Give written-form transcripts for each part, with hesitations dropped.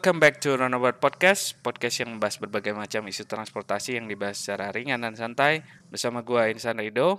Welcome back to Runabout Podcast, podcast yang membahas berbagai macam isu transportasi yang dibahas secara ringan dan santai bersama gue Insan Rido.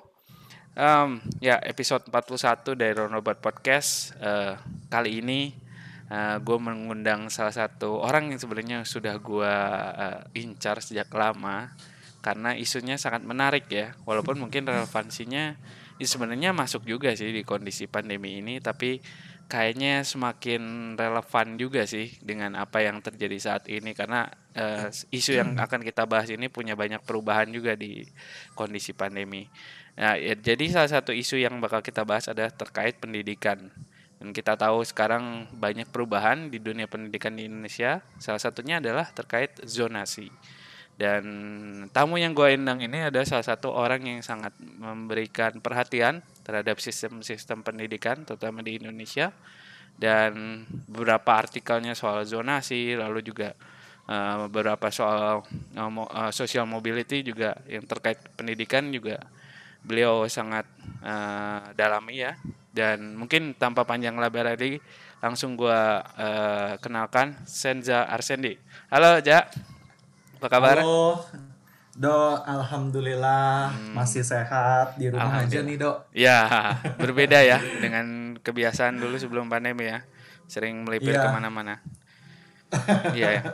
Episode 41 dari Runabout Podcast. Kali ini gue mengundang salah satu orang yang sebenarnya sudah gue incar sejak lama karena isunya sangat menarik ya. Walaupun mungkin relevansinya sebenarnya masuk juga sih di kondisi pandemi ini, tapi kayaknya semakin relevan juga sih dengan apa yang terjadi saat ini karena isu yang akan kita bahas ini punya banyak perubahan juga di kondisi pandemi. Nah, jadi salah satu isu yang bakal kita bahas adalah terkait pendidikan. Dan kita tahu sekarang banyak perubahan di dunia pendidikan di Indonesia. Salah satunya adalah terkait zonasi. Dan tamu yang gue undang ini adalah salah satu orang yang sangat memberikan perhatian terhadap sistem-sistem pendidikan terutama di Indonesia, dan beberapa artikelnya soal zonasi, lalu juga beberapa soal social mobility juga yang terkait pendidikan juga beliau sangat dalami ya. Dan mungkin tanpa panjang lebar lagi langsung gue kenalkan Senza Arsendi. Halo Ja, apa kabar? Halo, Dok. Alhamdulillah masih sehat di rumah aja Alhamdulillah. nih, Dok. Ya, berbeda ya dengan kebiasaan dulu sebelum pandemi ya. Sering melipir Iya, kemana-mana. Iya ya.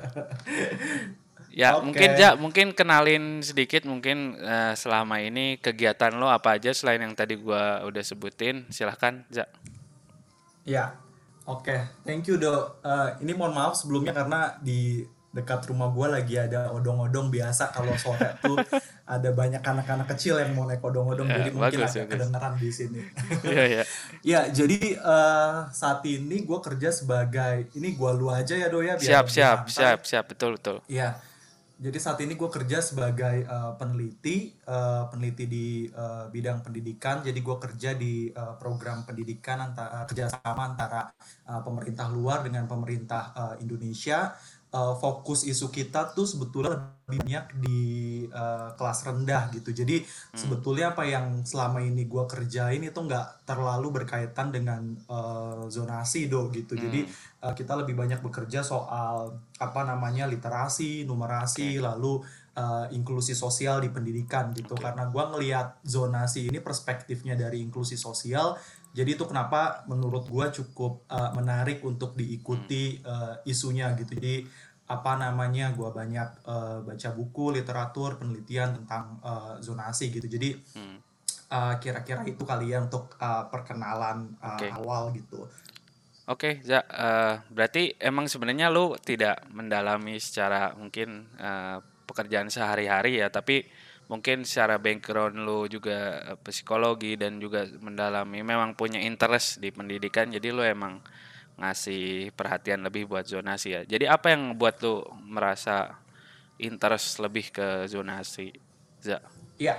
Ya, mungkin oke. Ja, mungkin kenalin sedikit mungkin selama ini kegiatan lo apa aja selain yang tadi gua udah sebutin. Silahkan Ja. Ya, oke. Thank you, Dok. Ini mohon maaf sebelumnya karena di dekat rumah gue lagi ada odong-odong. Biasa kalau sore tuh ada banyak anak-anak kecil yang mau naik odong-odong, jadi mungkin Bagus, agak bagus. kedengeran di sini. Iya, ya. Ya, jadi saat ini gue kerja sebagai, ini gue lu aja ya, Dok, ya, biar Siap, lebih siap, siap, santai. siap, betul, betul. Iya, jadi saat ini gue kerja sebagai peneliti di bidang pendidikan. Jadi gue kerja di program pendidikan antara kerjasama antara pemerintah luar dengan pemerintah Indonesia. Fokus isu kita tuh sebetulnya lebih banyak di kelas rendah gitu. Jadi Hmm, sebetulnya apa yang selama ini gue kerjain itu nggak terlalu berkaitan dengan zonasi do gitu. Jadi hmm, kita lebih banyak bekerja soal apa namanya literasi, oke, numerasi, lalu inklusi sosial di pendidikan gitu. oke. Karena gue ngelihat zonasi ini perspektifnya dari inklusi sosial, jadi itu kenapa menurut gue cukup menarik untuk Hmm, diikuti isunya gitu. Jadi apa namanya gue banyak baca buku, literatur, penelitian tentang zonasi gitu. Jadi hmm, kira-kira itu kali ya untuk perkenalan oke. awal gitu. Oke, Ja, berarti emang sebenarnya lu tidak mendalami secara mungkin pekerjaan sehari-hari ya, tapi mungkin secara background lu juga psikologi dan juga mendalami, memang punya interest di pendidikan, jadi lu emang ngasih perhatian lebih buat zonasi ya. Jadi apa yang buat lu merasa interest lebih ke zonasi, Ja? Iya,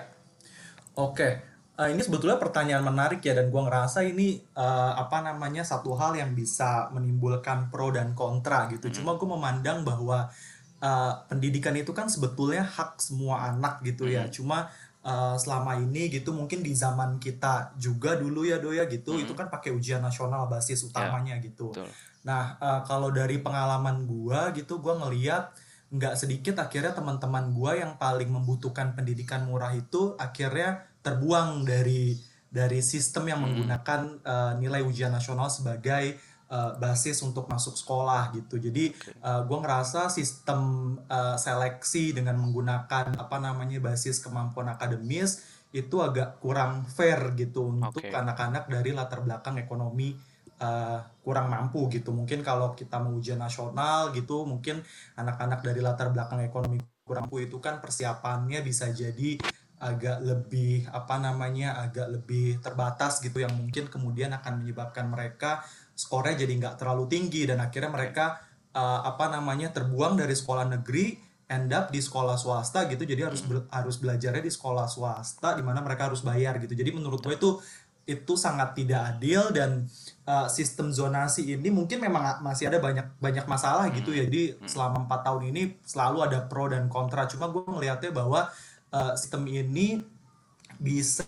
oke. Ini sebetulnya pertanyaan menarik ya, dan gua ngerasa ini apa namanya satu hal yang bisa menimbulkan pro dan kontra gitu. Mm-mm, Cuma gue memandang bahwa pendidikan itu kan sebetulnya hak semua anak gitu ya. mm-mm, Cuma selama ini gitu mungkin di zaman kita juga dulu ya Doya gitu itu mm-mm, kan pakai ujian nasional basis ya, utamanya gitu. betul. Nah, kalau dari pengalaman gua gitu gua ngeliat nggak sedikit akhirnya teman-teman gua yang paling membutuhkan pendidikan murah itu akhirnya terbuang dari sistem yang Mm-mm, menggunakan nilai ujian nasional sebagai basis untuk masuk sekolah gitu. Jadi oke, gue ngerasa sistem seleksi dengan menggunakan apa namanya basis kemampuan akademis itu agak kurang fair gitu untuk oke, anak-anak dari latar belakang ekonomi kurang mampu gitu. Mungkin kalau kita mau ujian nasional gitu, mungkin anak-anak dari latar belakang ekonomi kurang mampu itu kan persiapannya bisa jadi agak lebih apa namanya agak lebih terbatas gitu, yang mungkin kemudian akan menyebabkan mereka skornya jadi nggak terlalu tinggi dan akhirnya oke, mereka apa namanya terbuang dari sekolah negeri, end up di sekolah swasta gitu. Jadi harus mm-mm, harus belajarnya di sekolah swasta di mana mereka harus bayar gitu. Jadi menurut gue betul. itu sangat tidak adil. Dan sistem zonasi ini mungkin memang masih ada banyak banyak masalah gitu Mm-mm, ya. Jadi mm-mm. selama 4 tahun ini selalu ada pro dan kontra. Cuma gue melihatnya bahwa sistem ini bisa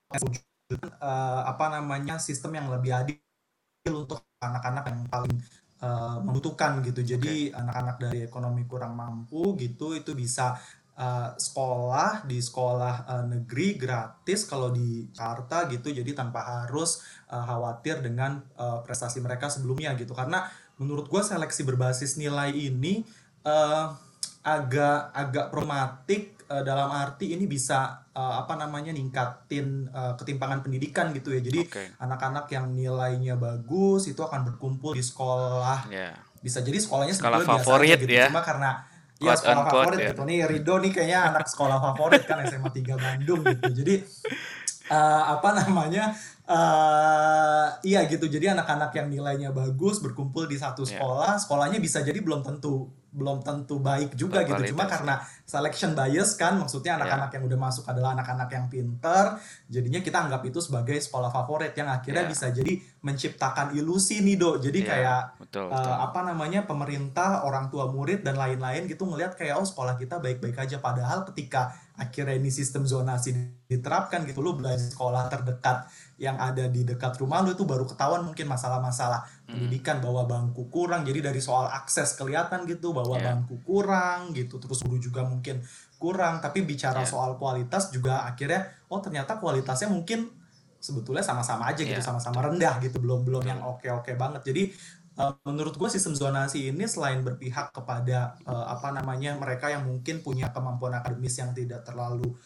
apa namanya sistem yang lebih adil untuk anak-anak yang paling membutuhkan gitu. Oke. Jadi anak-anak dari ekonomi kurang mampu gitu itu bisa sekolah di sekolah negeri gratis kalau di Jakarta gitu. Jadi tanpa harus khawatir dengan prestasi mereka sebelumnya gitu. Karena menurut gue seleksi berbasis nilai ini eh, agak agak problematik dalam arti ini bisa apa namanya ningkatin ketimpangan pendidikan gitu ya. Jadi Oke. anak-anak yang nilainya bagus itu akan berkumpul di sekolah, Ya. bisa jadi sekolahnya Sekolah sebetulnya biasa aja favorit gitu, ya. cuma karena ya Quote sekolah unquote favorit ya. gitu nih. Rido nih kayaknya anak sekolah favorit kan, SMA 3 Bandung gitu. Jadi apa namanya iya gitu, jadi anak-anak yang nilainya bagus berkumpul di satu Ya. sekolah, sekolahnya bisa jadi belum tentu baik juga gitu, cuma Berkualitas ya. karena selection bias kan, maksudnya Ya. anak-anak yang udah masuk adalah anak-anak yang pinter, jadinya kita anggap itu sebagai sekolah favorit yang akhirnya Ya. bisa jadi menciptakan ilusi nih Do. Jadi Ya. kayak Betul, betul. apa namanya pemerintah, orang tua murid dan lain-lain gitu ngelihat kayak oh sekolah kita baik-baik aja, padahal ketika akhirnya ini sistem zonasi diterapkan gitu, lu belajar sekolah terdekat yang ada di dekat rumah lu itu baru ketahuan mungkin masalah-masalah pendidikan, bahwa bangku kurang, jadi dari soal akses kelihatan gitu bahwa Ya. bangku kurang gitu, terus guru juga mungkin kurang, tapi bicara Ya. soal kualitas juga akhirnya oh ternyata kualitasnya mungkin sebetulnya sama-sama aja gitu, Ya. sama-sama rendah gitu, belum belum yang Betul. oke-oke banget. Jadi menurut gue sistem zonasi ini selain berpihak kepada apa namanya mereka yang mungkin punya kemampuan akademis yang tidak terlalu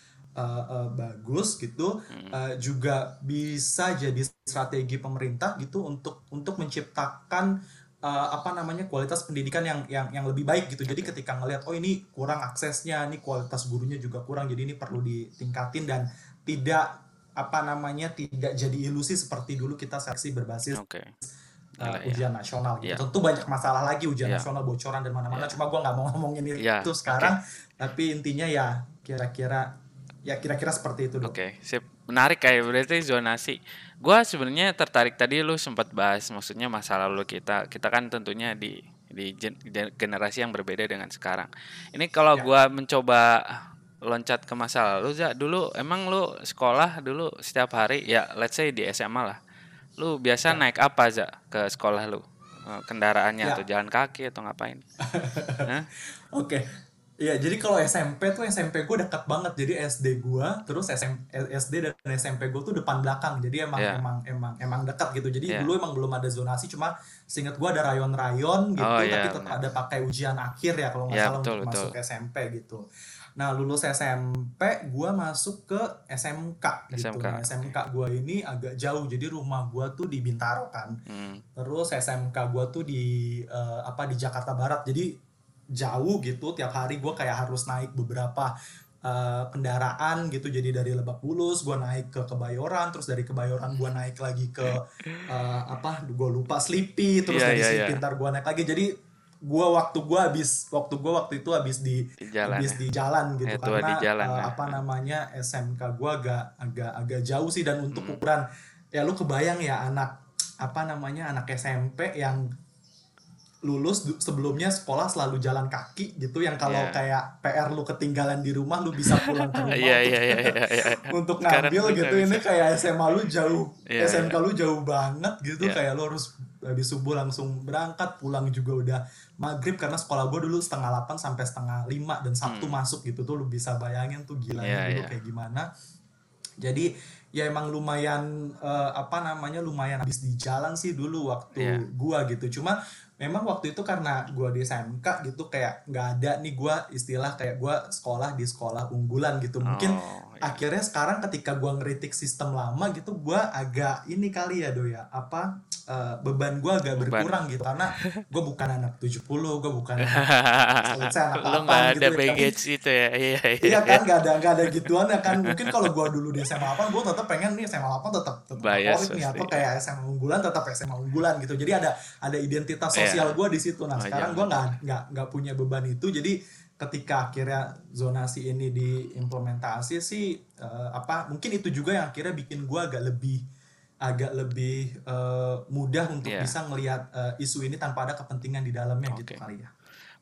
bagus gitu, juga bisa jadi strategi pemerintah gitu untuk menciptakan apa namanya kualitas pendidikan yang lebih baik gitu. Jadi Oke. ketika ngelihat oh ini kurang aksesnya, ini kualitas gurunya juga kurang, jadi ini perlu ditingkatin dan tidak apa namanya tidak jadi ilusi seperti dulu kita seleksi berbasis Oke. Gila ya. ujian nasional gitu. Ya. Tentu banyak masalah lagi ujian Ya. nasional, bocoran dan mana-mana. Ya. Cuma gue nggak mau ngomongin Ya. itu Oke. sekarang. Tapi intinya ya kira-kira seperti itu dong. Oke, sip. Menarik kayak berarti zonasi. Gua sebenarnya tertarik tadi lu sempat bahas maksudnya masa lalu kita. Kita kan tentunya di generasi yang berbeda dengan sekarang. Ini kalau Ya, gua mencoba loncat ke masa lalu, Za, dulu emang lu sekolah dulu setiap hari ya let's say di SMA lah. Lu biasa ya, naik apa, Za, ke sekolah lu? Kendaraannya atau ya. jalan kaki atau ngapain? Hah? Oke. Iya, jadi kalau SMP tuh SMP gue dekat banget. Jadi SD gue, terus SD dan SMP gue tuh depan belakang. Jadi emang Ya, emang emang emang dekat gitu. Jadi ya. dulu emang belum ada zonasi, cuma seingat gue ada rayon-rayon Oh gitu, tapi ya, tetap benar. ada pakai ujian akhir ya kalau nggak Ya, salah betul untuk betul. masuk SMP gitu. Nah, lulus SMP gue masuk ke SMK gitu. SMK. Nah, Oke. SMK gue ini agak jauh. Jadi rumah gue tuh di Bintaro kan. Hmm. Terus SMK gue tuh di apa di Jakarta Barat. Jadi jauh gitu, tiap hari gue kayak harus naik beberapa kendaraan gitu. Jadi dari Lebak Bulus gue naik ke Kebayoran, terus dari Kebayoran gue naik lagi ke apa gue lupa Sleepy, terus Iya, dari iya, iya. Sleepy ntar gue naik lagi. Jadi waktu itu habis Di jalan ya. di jalan gitu, Tua di karena jalan ya. apa namanya SMK gue agak jauh sih. Dan untuk ukuran ya lu kebayang ya, anak apa namanya anak SMP yang lulus sebelumnya sekolah selalu jalan kaki gitu, yang kalau Iya. kayak PR lu ketinggalan di rumah lu bisa pulang ke rumah Iya, untuk iya, iya, iya, iya. untuk Sekarang ngambil tuh nggak gitu. bisa. Ini kayak SMA lu jauh, Iya, iya. SMK lu jauh banget gitu, Iya. kayak lu harus habis subuh langsung berangkat, pulang juga udah maghrib, karena sekolah gue dulu 4:30 sampai 4:30 dan Sabtu masuk gitu. Tuh lu bisa bayangin tuh gilanya Iya, dulu iya. kayak gimana. Jadi ya emang lumayan apa namanya lumayan habis di jalan sih dulu Iya. waktu gua gitu. Cuma memang waktu itu karena gua di SMK gitu, kayak nggak ada nih gua istilah kayak gua sekolah di sekolah unggulan gitu. Mungkin Oh, iya. akhirnya sekarang ketika gua ngeritik sistem lama gitu, gua agak ini kali ya Do ya, apa beban gua agak Beban. berkurang gitu, karena gua bukan anak 70, gua bukan anak saya anak Lu nggak 8 ada gitu ya. Tapi baggage itu ya. Iya, iya, iya iya. kan, nggak ada gituan ya kan. Mungkin kalau gue dulu di SMA 8, gue tetap pengen nih SMA 8 tetap Bias favorit nih, pasti. atau kayak SMA unggulan tetap SMA unggulan gitu. Jadi ada identitas Iya. sosial gue di situ. Nah Oh, sekarang gue jangan. nggak punya beban itu. Jadi ketika akhirnya zonasi ini diimplementasi sih apa mungkin itu juga yang akhirnya bikin gue agak lebih mudah untuk Iya. bisa ngelihat isu ini tanpa ada kepentingan di dalamnya gitu Oke. kali ya.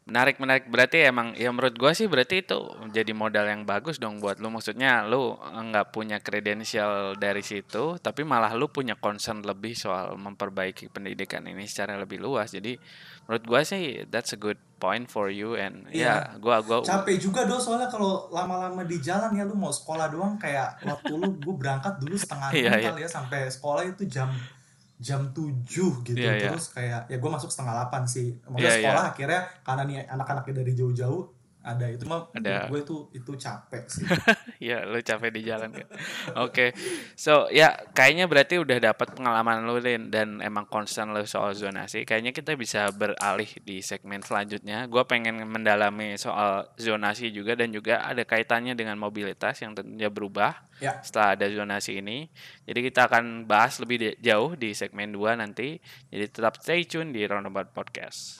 Menarik, menarik. Berarti emang ya menurut gua sih berarti itu jadi modal yang bagus dong buat lu. Maksudnya lu nggak punya kredensial dari situ, tapi malah lu punya concern lebih soal memperbaiki pendidikan ini secara lebih luas. Jadi menurut gua sih that's a good point for you and Iya, ya gua capek juga do soalnya kalau lama-lama di jalan ya lu mau sekolah doang kayak waktu lu gue berangkat dulu setengah iya enam iya kali ya sampai sekolah itu jam jam 7 gitu iya iya terus kayak ya gue masuk setengah 8 sih maksudnya iya iya sekolah akhirnya karena nih anak-anaknya dari jauh-jauh ada itu mah menurut ada. gue itu capek sih. Ya, lu capek di jalan kan. Oke. So, ya kayaknya berarti udah dapat pengalaman lu Lin, dan emang concern lu soal zonasi. Kayaknya kita bisa beralih di segmen selanjutnya. Gua pengen mendalami soal zonasi juga dan juga ada kaitannya dengan mobilitas yang tentunya berubah Ya, setelah ada zonasi ini. Jadi kita akan bahas lebih jauh di segmen 2 nanti. Jadi tetap stay tune di Roundabout Podcast.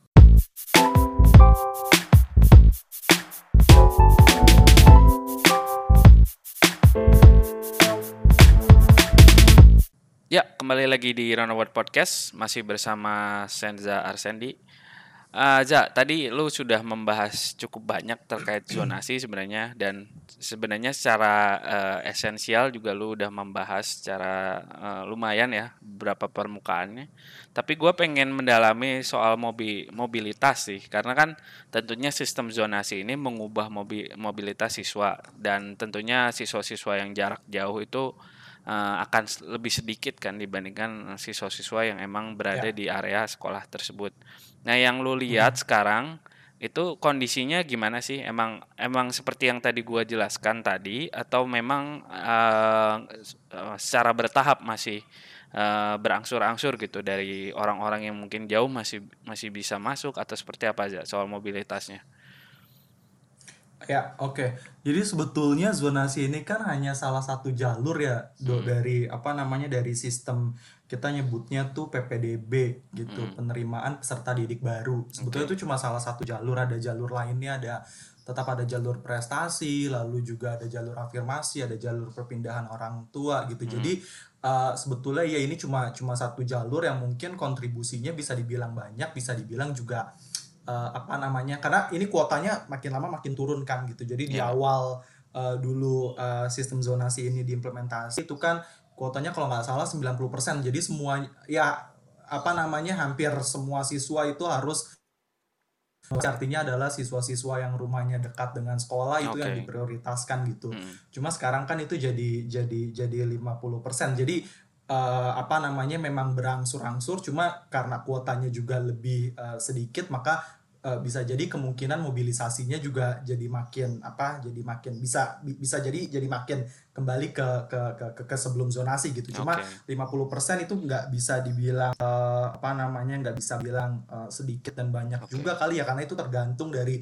Ya, kembali lagi di Runabout Podcast, masih bersama Senza Arsendi. Za, tadi lu sudah membahas cukup banyak terkait zonasi sebenarnya, dan sebenarnya secara esensial juga lu udah membahas secara lumayan ya beberapa permukaannya. Tapi gue pengen mendalami soal mobilitas sih, karena kan tentunya sistem zonasi ini mengubah mobilitas siswa, dan tentunya siswa-siswa yang jarak jauh itu akan lebih sedikit kan dibandingkan siswa-siswa yang emang berada ya. di area sekolah tersebut. Nah, yang lu lihat Mm. sekarang itu kondisinya gimana sih? Emang emang seperti yang tadi gua jelaskan tadi atau memang secara bertahap masih berangsur-angsur gitu dari orang-orang yang mungkin jauh masih masih bisa masuk atau seperti apa aja soal mobilitasnya? Ya, oke. Jadi sebetulnya zonasi ini kan hanya salah satu jalur ya, Mm, dari apa namanya dari sistem kita nyebutnya tuh PPDB gitu, mm, penerimaan peserta didik baru. Sebetulnya oke. itu cuma salah satu jalur, ada jalur lainnya, tetap ada jalur prestasi, lalu juga ada jalur afirmasi, ada jalur perpindahan orang tua gitu. Mm, Jadi sebetulnya ya ini cuma cuma satu jalur yang mungkin kontribusinya bisa dibilang banyak, bisa dibilang juga apa namanya karena ini kuotanya makin lama makin turun kan gitu jadi di ya. awal dulu sistem zonasi ini diimplementasi itu kan kuotanya kalau nggak salah 90% jadi semua ya apa namanya hampir semua siswa itu harus artinya adalah siswa-siswa yang rumahnya dekat dengan sekolah itu yang Oke. diprioritaskan gitu. Mm, Cuma sekarang kan itu jadi 50%. Jadi apa namanya memang berangsur-angsur cuma karena kuotanya juga lebih sedikit maka bisa jadi kemungkinan mobilisasinya juga jadi makin apa jadi makin bisa jadi makin kembali ke sebelum zonasi gitu. Cuma oke. 50% itu nggak bisa dibilang apa namanya nggak bisa bilang sedikit dan banyak Oke. juga kali ya karena itu tergantung dari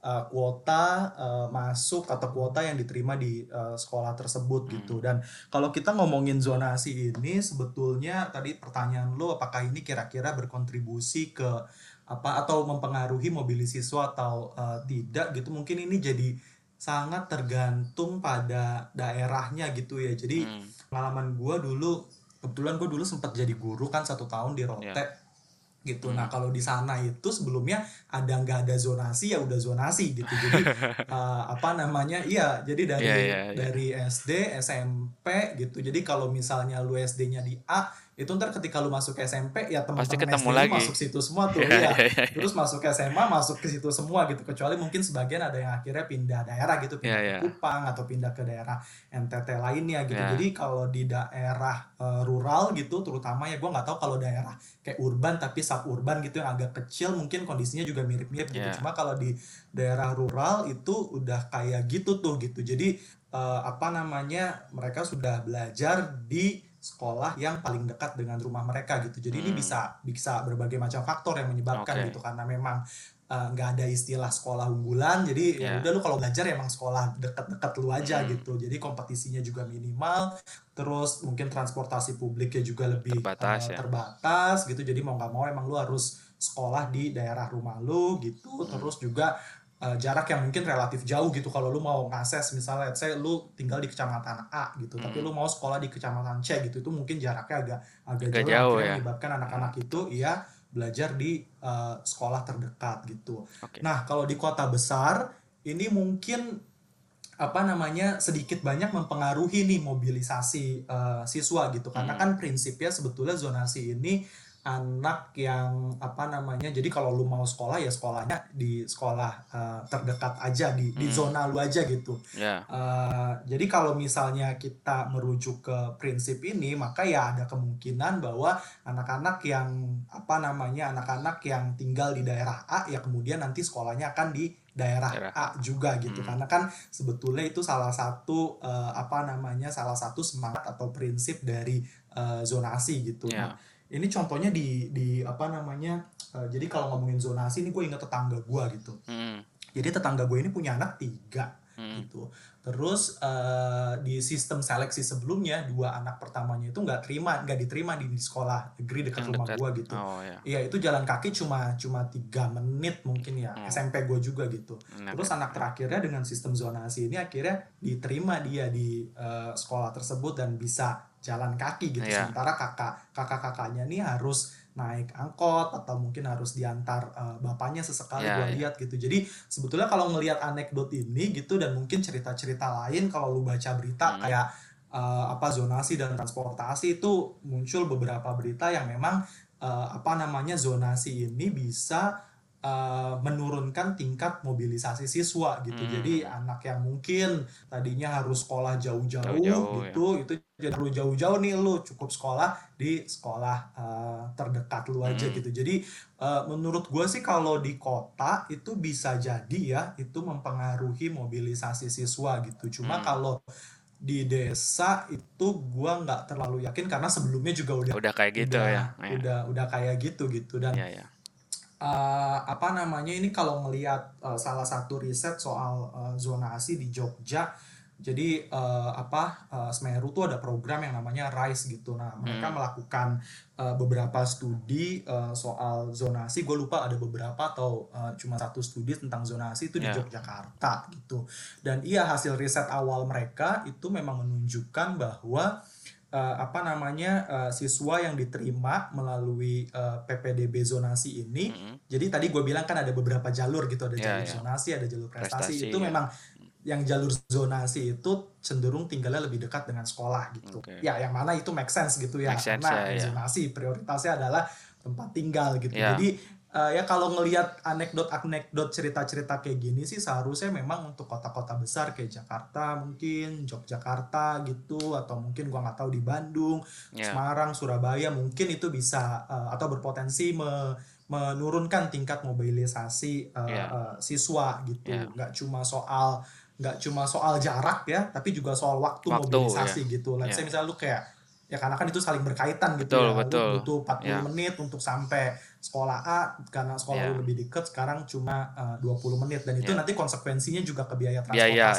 kuota masuk atau kuota yang diterima di sekolah tersebut gitu. Mm, Dan kalau kita ngomongin zonasi ini sebetulnya tadi pertanyaan lo apakah ini kira-kira berkontribusi ke apa atau mempengaruhi mobilisasi siswa atau tidak gitu mungkin ini jadi sangat tergantung pada daerahnya gitu ya. Jadi mm, pengalaman gue dulu kebetulan gue dulu sempat jadi guru kan 1 tahun di ya. Rote gitu. Nah Mm. kalau di sana itu sebelumnya ada nggak ada zonasi ya udah zonasi gitu. Jadi apa namanya? Iya, jadi Iya, dari iya, iya. dari SD, SMP gitu. Jadi kalau misalnya lu SD-nya di A, itu ntar ketika lu masuk SMP ya Pasti teman-teman ketemu SD lu lagi. masuk situ semua tuh. Iya, Iya. iya, iya, iya. Terus masuk SMA masuk ke situ semua gitu. Kecuali mungkin sebagian ada yang akhirnya pindah daerah gitu, Iya, pindah ke iya. Kupang atau pindah ke daerah NTT lainnya gitu. Ya, Jadi kalau di daerah rural gitu terutama ya gue nggak tahu kalau daerah kayak urban tapi suburban gitu yang agak kecil mungkin kondisinya juga mirip-mirip gitu. ya. Cuma kalau di daerah rural itu udah kayak gitu tuh gitu. Jadi apa namanya mereka sudah belajar di sekolah yang paling dekat dengan rumah mereka gitu. Jadi ini Hmm, bisa bisa berbagai macam faktor yang menyebabkan oke. gitu karena memang nggak ada istilah sekolah unggulan. Jadi ya Ya, udah lu kalau belajar ya emang sekolah dekat-dekat lu aja mm, gitu. Jadi kompetisinya juga minimal. Terus mungkin transportasi publiknya juga lebih terbatas ya. terbatas gitu. Jadi mau nggak mau emang lu harus sekolah di daerah rumah lu gitu. Mm, Terus juga jarak yang mungkin relatif jauh gitu kalau lu mau ngakses misalnya let's say lu tinggal di kecamatan A gitu tapi mm. lu mau sekolah di kecamatan C gitu itu mungkin jaraknya agak agak Agak jauh yang jauh akhirnya ya. menyebabkan Ah, anak-anak betul. itu ya belajar di sekolah terdekat gitu. Oke. Nah, kalau di kota besar ini mungkin apa namanya sedikit banyak mempengaruhi nih mobilisasi siswa gitu, karena kan prinsipnya sebetulnya zonasi ini anak yang apa namanya, jadi kalau lu mau sekolah ya sekolahnya di sekolah terdekat aja, di zona lu aja gitu. Ya. Jadi kalau misalnya kita merujuk ke prinsip ini, maka ya ada kemungkinan bahwa anak-anak yang apa namanya, anak-anak yang tinggal di daerah A ya kemudian nanti sekolahnya akan di daerah Daerah. A juga gitu, karena kan sebetulnya itu salah satu apa namanya, salah satu semangat atau prinsip dari zonasi gitu. Ya. Nah, ini contohnya di apa namanya, jadi kalau ngomongin zonasi ini gue ingat tetangga gue gitu. Jadi tetangga gue ini punya anak 3 gitu. Terus di sistem seleksi sebelumnya 2 anak pertamanya itu nggak diterima di sekolah negeri dekat Yang rumah dekat. gue gitu. Oh ya. Iya, itu jalan kaki cuma 3 menit mungkin ya. SMP gue juga gitu. Terus anak terakhirnya dengan sistem zonasi ini akhirnya diterima dia di sekolah tersebut dan bisa jalan kaki gitu. Iya. Sementara kakak-kakaknya nih harus naik angkot atau mungkin harus diantar bapaknya sesekali Ya, gue ya. lihat gitu. Jadi sebetulnya kalau ngelihat anekdot ini gitu dan mungkin cerita-cerita lain kalau lu baca berita kayak apa zonasi dan transportasi, itu muncul beberapa berita yang memang apa namanya, zonasi ini bisa menurunkan tingkat mobilisasi siswa gitu. Jadi anak yang mungkin tadinya harus sekolah jauh-jauh Jauh-jauh, gitu, itu jadi perlu jauh-jauh nih, lu cukup sekolah di sekolah terdekat lu aja gitu. Jadi menurut gue sih kalau di kota itu bisa jadi ya itu mempengaruhi mobilisasi siswa gitu. Cuma kalau di desa itu gua nggak terlalu yakin karena sebelumnya juga Udah kayak gitu ya. udah kayak gitu dan Ya, ya. apa namanya, ini kalau ngelihat salah satu riset soal zonasi di Jogja. Jadi Semeru tuh ada program yang namanya RISE gitu. Nah, mereka melakukan beberapa studi soal zonasi. Gue lupa ada beberapa atau cuma 1 studi tentang zonasi itu di Yogyakarta gitu. Dan iya, hasil riset awal mereka itu memang menunjukkan bahwa apa namanya, siswa yang diterima melalui PPDB zonasi ini. Jadi tadi gue bilang kan ada beberapa jalur gitu, ada jalur zonasi, ada jalur prestasi. Itu memang yang jalur zonasi itu cenderung tinggalnya lebih dekat dengan sekolah gitu. Ya, yang mana itu make sense gitu ya, karena zonasi prioritasnya adalah tempat tinggal gitu. Jadi ya kalau ngelihat anekdot cerita-cerita kayak gini sih seharusnya memang untuk kota-kota besar kayak Jakarta mungkin, Yogyakarta gitu, atau mungkin gua nggak tahu di Bandung, Semarang, Surabaya mungkin itu bisa atau berpotensi menurunkan tingkat mobilisasi siswa gitu. Nggak cuma soal jarak ya, tapi juga soal waktu mobilisasi gitu. Let's say misalnya lu kayak ya, karena kan itu saling berkaitan gitu. Lu butuh 40 menit untuk sampai sekolah A, karena sekolah lu lebih dekat sekarang cuma 20 menit, dan itu nanti konsekuensinya juga ke biaya transportasi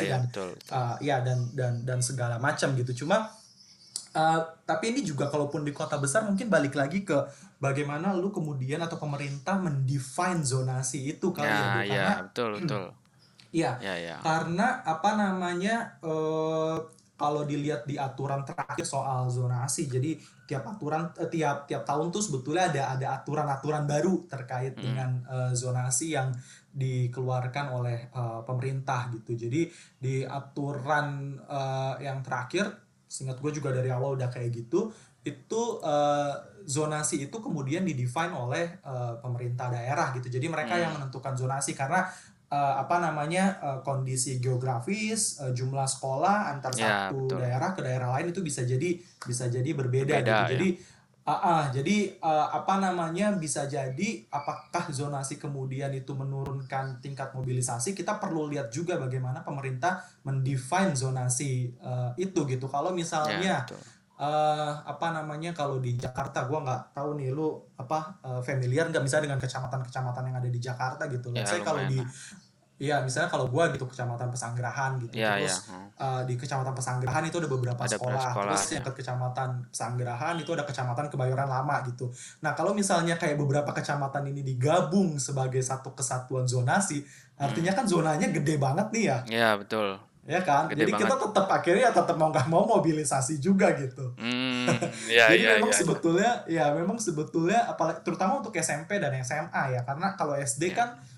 dan segala macam gitu. Cuma tapi ini juga kalaupun di kota besar mungkin balik lagi ke bagaimana lu kemudian atau pemerintah mendefine zonasi itu kali ya, karena betul. Iya, karena apa namanya, kalau dilihat di aturan terakhir soal zonasi, jadi tiap tahun tuh sebetulnya ada aturan-aturan baru terkait dengan zonasi yang dikeluarkan oleh pemerintah gitu. Jadi di aturan yang terakhir, seingat gue juga dari awal udah kayak gitu, itu zonasi itu kemudian didefine oleh pemerintah daerah gitu. Jadi mereka yang menentukan zonasi karena apa namanya, kondisi geografis, jumlah sekolah antar satu daerah ke daerah lain itu bisa jadi berbeda gitu. Jadi apa namanya, bisa jadi apakah zonasi kemudian itu menurunkan tingkat mobilisasi, kita perlu lihat juga bagaimana pemerintah mendefine zonasi itu gitu. Kalau misalnya apa namanya, kalau di Jakarta, gue nggak tahu nih lu familiar nggak misalnya dengan kecamatan-kecamatan yang ada di Jakarta gitu. Saya kalau misalnya kalau gue gitu Kecamatan Pesanggerahan gitu, terus di Kecamatan Pesanggerahan itu ada beberapa sekolah, terus yang ke Kecamatan Pesanggerahan itu ada Kecamatan Kebayoran Lama gitu. Nah, kalau misalnya kayak beberapa kecamatan ini digabung sebagai satu kesatuan zonasi, artinya kan zonanya gede banget nih ya. Iya, betul. ya kan? Gede Jadi banget. kita tetap akhirnya tetap mau nggak mau mobilisasi juga gitu. Ya Jadi ya memang ya ya. sebetulnya ya memang sebetulnya apalagi terutama untuk SMP dan SMA ya, karena kalau SD Ya. kan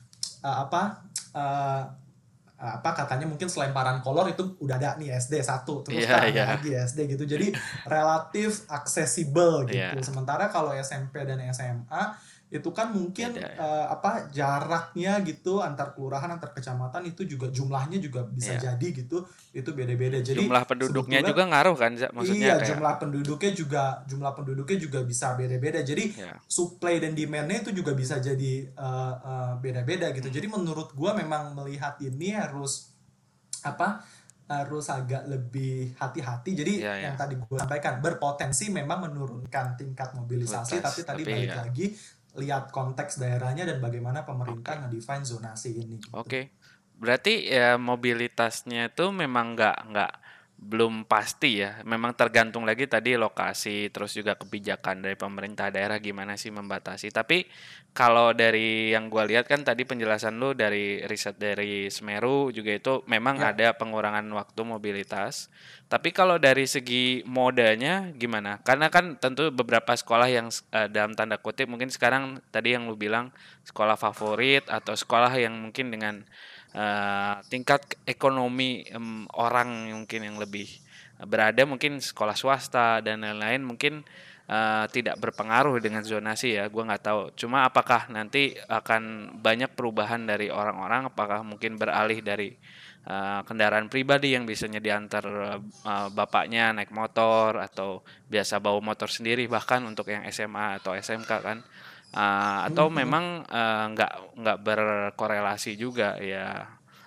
eh, apa katanya mungkin selemparan kolor itu udah ada nih SD satu, terus Iya tak ada iya. lagi SD gitu, jadi relatif aksesibel gitu. Iya, Sementara kalau SMP dan SMA itu kan mungkin beda ya. apa jaraknya gitu antar kelurahan antar kecamatan itu juga jumlahnya juga bisa Iya. jadi gitu, itu beda-beda. Jadi Jumlah penduduknya sebetulnya juga ngaruh kan, Za? Maksudnya iya, kayak jumlah penduduknya juga bisa beda-beda. Jadi ya. supply dan demand-nya itu juga bisa jadi beda-beda gitu. Hmm. Jadi menurut gua memang melihat ini harus apa? Harus agak lebih hati-hati. Jadi Iya yang ya. tadi gua sampaikan berpotensi memang menurunkan tingkat mobilisasi, tapi Kualitas, tadi tapi balik ya. lagi lihat konteks daerahnya dan bagaimana pemerintah Oke. ngedefine zonasi ini gitu. Oke. Berarti ya mobilitasnya itu memang nggak belum pasti ya. Memang tergantung lagi tadi lokasi, terus juga kebijakan dari pemerintah daerah gimana sih membatasi. Tapi kalau dari yang gua lihat kan tadi penjelasan lu dari riset dari Semeru juga itu memang Ya, ada pengurangan waktu mobilitas. Tapi kalau dari segi modanya gimana? Karena kan tentu beberapa sekolah yang dalam tanda kutip mungkin sekarang tadi yang lu bilang sekolah favorit atau sekolah yang mungkin dengan tingkat ekonomi orang mungkin yang lebih berada mungkin sekolah swasta dan lain-lain mungkin tidak berpengaruh dengan zonasi ya gue nggak tahu cuma apakah nanti akan banyak perubahan dari orang-orang apakah mungkin beralih dari kendaraan pribadi yang biasanya diantar bapaknya naik motor atau biasa bawa motor sendiri bahkan untuk yang SMA atau SMK kan. Atau memang nggak berkorelasi juga ya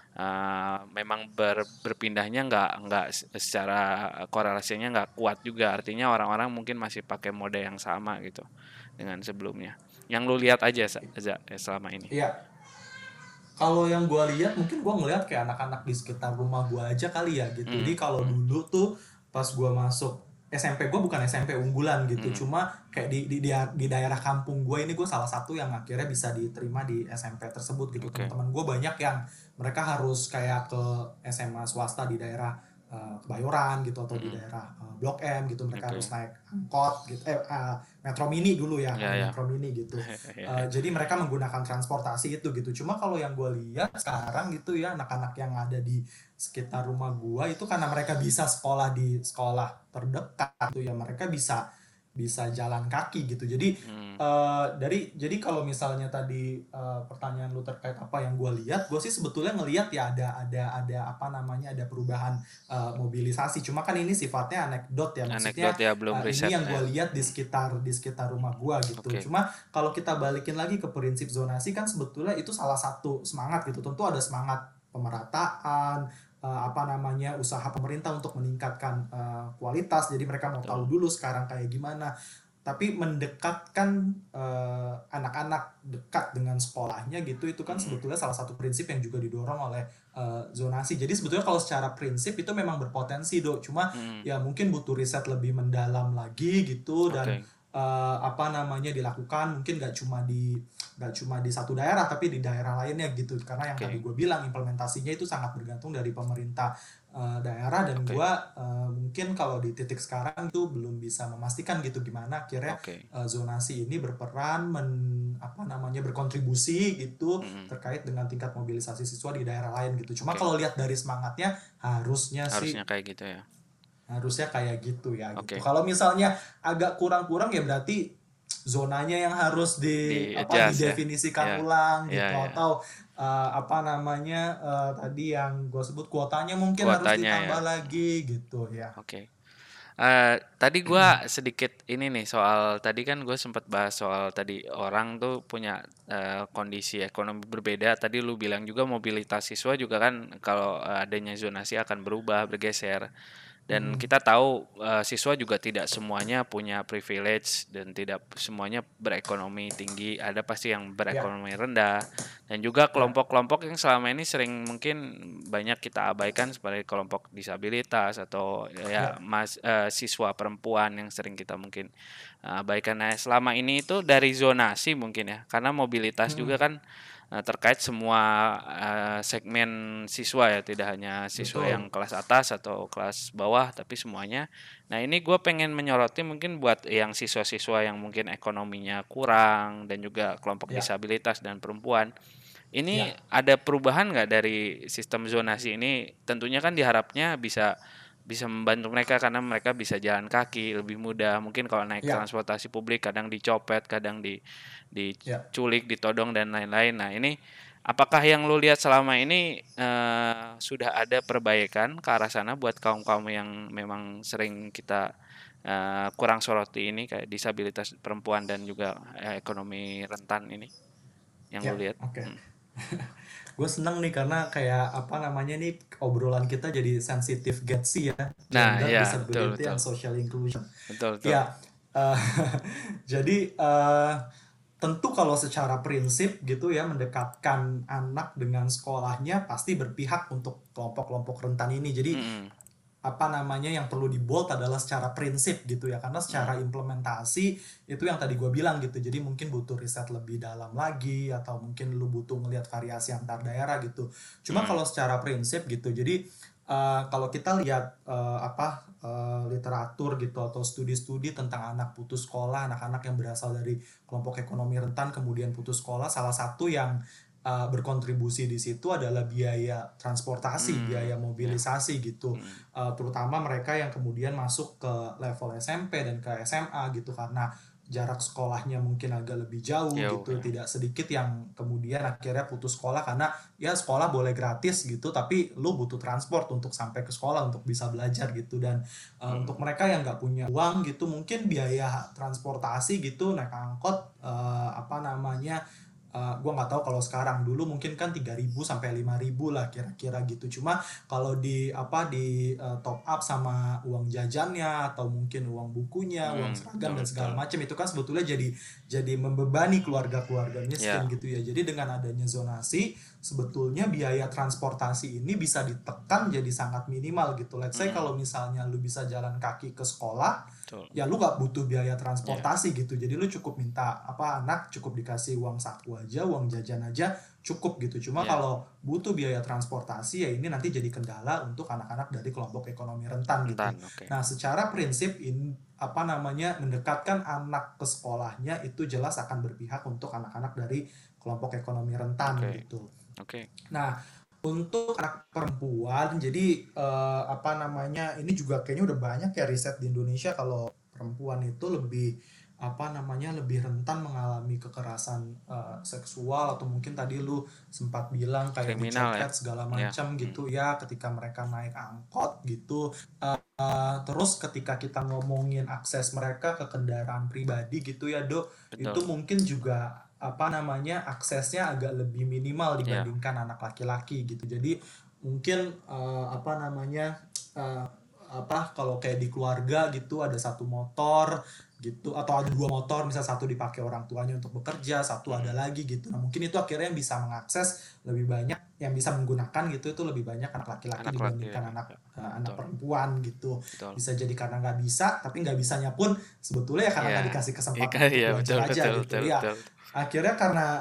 memang berpindahnya nggak secara korelasinya nggak kuat juga artinya orang-orang mungkin masih pakai mode yang sama gitu dengan sebelumnya yang lu lihat aja selama ini. iya. Kalau yang gue lihat mungkin gue ngelihat kayak anak-anak di sekitar rumah gue aja kali ya gitu. Jadi Mm, kalau mm, dulu tuh pas gue masuk SMP, gue bukan SMP unggulan gitu, mm, cuma kayak di daerah kampung gue ini gue salah satu yang akhirnya bisa diterima di SMP tersebut gitu. oke, Teman-teman gue banyak yang mereka harus kayak ke SMA swasta di daerah Kebayoran gitu atau di mm, daerah Blok M gitu, mereka oke, harus naik angkot gitu, Metro Mini dulu ya, ya ya. Metro Mini gitu. Ya, ya. Jadi mereka menggunakan transportasi itu gitu. Cuma kalau yang gue lihat sekarang gitu ya, anak-anak yang ada di sekitar rumah gue itu karena mereka bisa sekolah di sekolah terdekat tuh ya, mereka bisa bisa jalan kaki gitu. Jadi Mm, jadi kalau misalnya tadi pertanyaan lu terkait apa yang gue lihat, gue sih sebetulnya ngelihat ya ada apa namanya, ada perubahan mobilisasi. Cuma kan ini sifatnya anekdot ya, anekdot maksudnya ya belum ini riset yang ya. gue lihat Mm, di sekitar rumah gue gitu. oke, Cuma kalau kita balikin lagi ke prinsip zonasi kan sebetulnya itu salah satu semangat gitu. Tentu ada semangat pemerataan, apa namanya, usaha pemerintah untuk meningkatkan kualitas. Jadi mereka mau tahu betul. dulu sekarang kayak gimana. Tapi mendekatkan anak-anak dekat dengan sekolahnya gitu, itu kan Mm, sebetulnya salah satu prinsip yang juga didorong oleh zonasi. Jadi sebetulnya kalau secara prinsip itu memang berpotensi, Dok. Cuma mm, ya mungkin butuh riset lebih mendalam lagi gitu, dan oke, apa namanya, dilakukan mungkin nggak cuma di satu daerah tapi di daerah lainnya gitu, karena yang tadi oke, gue bilang implementasinya itu sangat bergantung dari pemerintah daerah, dan oke, gue mungkin kalau di titik sekarang itu belum bisa memastikan gitu gimana akhirnya oke. zonasi ini berperan apa namanya, berkontribusi gitu Mm, terkait dengan tingkat mobilisasi siswa di daerah lain gitu. Cuma oke. kalau lihat dari semangatnya harusnya Harusnya sih kayak gitu ya. harusnya kayak gitu ya gitu. Oke. Kalau misalnya agak kurang-kurang ya berarti zonanya yang harus Di adjust ya. didefinisikan Ya. ulang Ya gitu, ya. atau apa namanya, tadi yang gue sebut kuotanya mungkin harus Kuotanya ya. ditambah lagi gitu ya. Oke. Tadi gua sedikit ini nih soal tadi kan gue sempat bahas soal tadi orang tuh punya kondisi ekonomi berbeda. Tadi lu bilang juga mobilitas siswa juga kan kalau adanya zonasi akan berubah, bergeser. Dan Mm-mm. kita tahu siswa juga tidak semuanya punya privilege dan tidak semuanya berekonomi tinggi. Ada pasti yang Ya, berekonomi rendah dan juga ya. kelompok-kelompok yang selama ini sering mungkin banyak kita abaikan seperti kelompok disabilitas atau ya Ya. siswa perempuan yang sering kita mungkin abaikan. Nah, selama ini itu dari zonasi mungkin ya. Karena mobilitas juga Mm-mm. kan terkait semua segmen siswa ya, tidak hanya siswa yang Betul. kelas atas atau kelas bawah, tapi semuanya. Nah ini gue pengen menyoroti mungkin buat yang siswa-siswa yang mungkin ekonominya kurang dan juga kelompok Ya, disabilitas dan perempuan. Ini ya, ada perubahan nggak dari sistem zonasi ini? Tentunya kan diharapnya bisa bisa membantu mereka karena mereka bisa jalan kaki lebih mudah. Mungkin kalau naik ya, transportasi publik kadang dicopet, kadang ya. diculik, ditodong dan lain-lain. Nah, ini apakah yang lu lihat selama ini sudah ada perbaikan ke arah sana buat kaum-kaum yang memang sering kita kurang soroti ini kayak disabilitas perempuan dan juga ekonomi rentan ini yang lu Ya, lihat? oke. Hmm. Gue seneng nih karena kayak apa namanya nih obrolan kita jadi sensitif Gatsby ya, Nah, gender, ya betul disability, betul. and social inclusion. Betul betul. Ya, eh, jadi tentu kalau secara prinsip gitu ya mendekatkan anak dengan sekolahnya pasti berpihak untuk kelompok-kelompok rentan ini. Jadi Mm-mm. apa namanya yang perlu di bold adalah secara prinsip gitu ya, karena Mm. secara implementasi itu yang tadi gue bilang gitu, jadi mungkin butuh riset lebih dalam lagi atau mungkin lu butuh ngelihat variasi antar daerah gitu. Cuma Mm. kalau secara prinsip gitu, jadi kalau kita lihat literatur gitu atau studi-studi tentang anak putus sekolah, anak-anak yang berasal dari kelompok ekonomi rentan kemudian putus sekolah, salah satu yang berkontribusi di situ adalah biaya transportasi, Mm. biaya Ya. mobilisasi gitu. Mm. Terutama mereka yang kemudian masuk ke level SMP dan ke SMA gitu, karena jarak sekolahnya mungkin agak lebih jauh Jauh gitu. ya. Tidak sedikit yang kemudian akhirnya putus sekolah karena ya sekolah boleh gratis gitu, tapi lu butuh transport untuk sampai ke sekolah untuk bisa belajar gitu. Dan Mm. untuk mereka yang nggak punya uang gitu, mungkin biaya transportasi gitu naik angkot, apa namanya, gue nggak tahu kalau sekarang, dulu mungkin kan 3.000 sampai 5.000 lah kira-kira gitu. Cuma kalau di top up sama uang jajannya atau mungkin uang bukunya, uang Mm. seragam Betul dan segala betul. macam, itu kan sebetulnya jadi membebani keluarga-keluarga miskin Ya. gitu ya. Jadi dengan adanya zonasi, sebetulnya biaya transportasi ini bisa ditekan jadi sangat minimal gitu. Let's say Mm. kalau misalnya lu bisa jalan kaki ke sekolah, Betul. ya lu gak butuh biaya Ya. transportasi gitu. Jadi lu cukup minta apa, anak cukup dikasih uang saku aja, uang jajan aja cukup gitu. Cuma Ya. kalau butuh biaya transportasi, ya ini nanti jadi kendala untuk anak-anak dari kelompok ekonomi rentan gitu. Rentan. Oke. Nah, secara prinsip ini apa namanya mendekatkan anak ke sekolahnya itu jelas akan berpihak untuk anak-anak dari kelompok ekonomi rentan Oke. gitu. Oke. Nah, untuk anak perempuan, jadi apa namanya, ini juga kayaknya udah banyak ya riset di Indonesia kalau perempuan itu lebih apa namanya lebih rentan mengalami kekerasan seksual, atau mungkin tadi lu sempat bilang kayak Kriminal ya. dicopet segala Ya. macam Mm. gitu ya ketika mereka naik angkot gitu. Terus ketika kita ngomongin akses mereka ke kendaraan pribadi gitu ya, Dok, itu Betul. mungkin juga apa namanya aksesnya agak lebih minimal Ya. dibandingkan anak laki-laki gitu. Jadi mungkin apa namanya eh, apa kalau kayak di keluarga gitu ada satu motor gitu, atau ada dua motor, misal satu dipakai orang tuanya untuk bekerja, satu ada Mm. lagi gitu. Nah, mungkin itu akhirnya yang bisa mengakses lebih banyak, yang bisa menggunakan gitu itu lebih banyak anak laki-laki Anak laki ya. dibandingkan anak Ya. anak Betul. perempuan gitu. Betul. Bisa jadi karena nggak bisa, tapi nggak bisanya pun sebetulnya ya karena nggak Ya. dikasih Iya kesempatan kan, untuk ya belajar betul aja betul gitu betul ya. betul. Akhirnya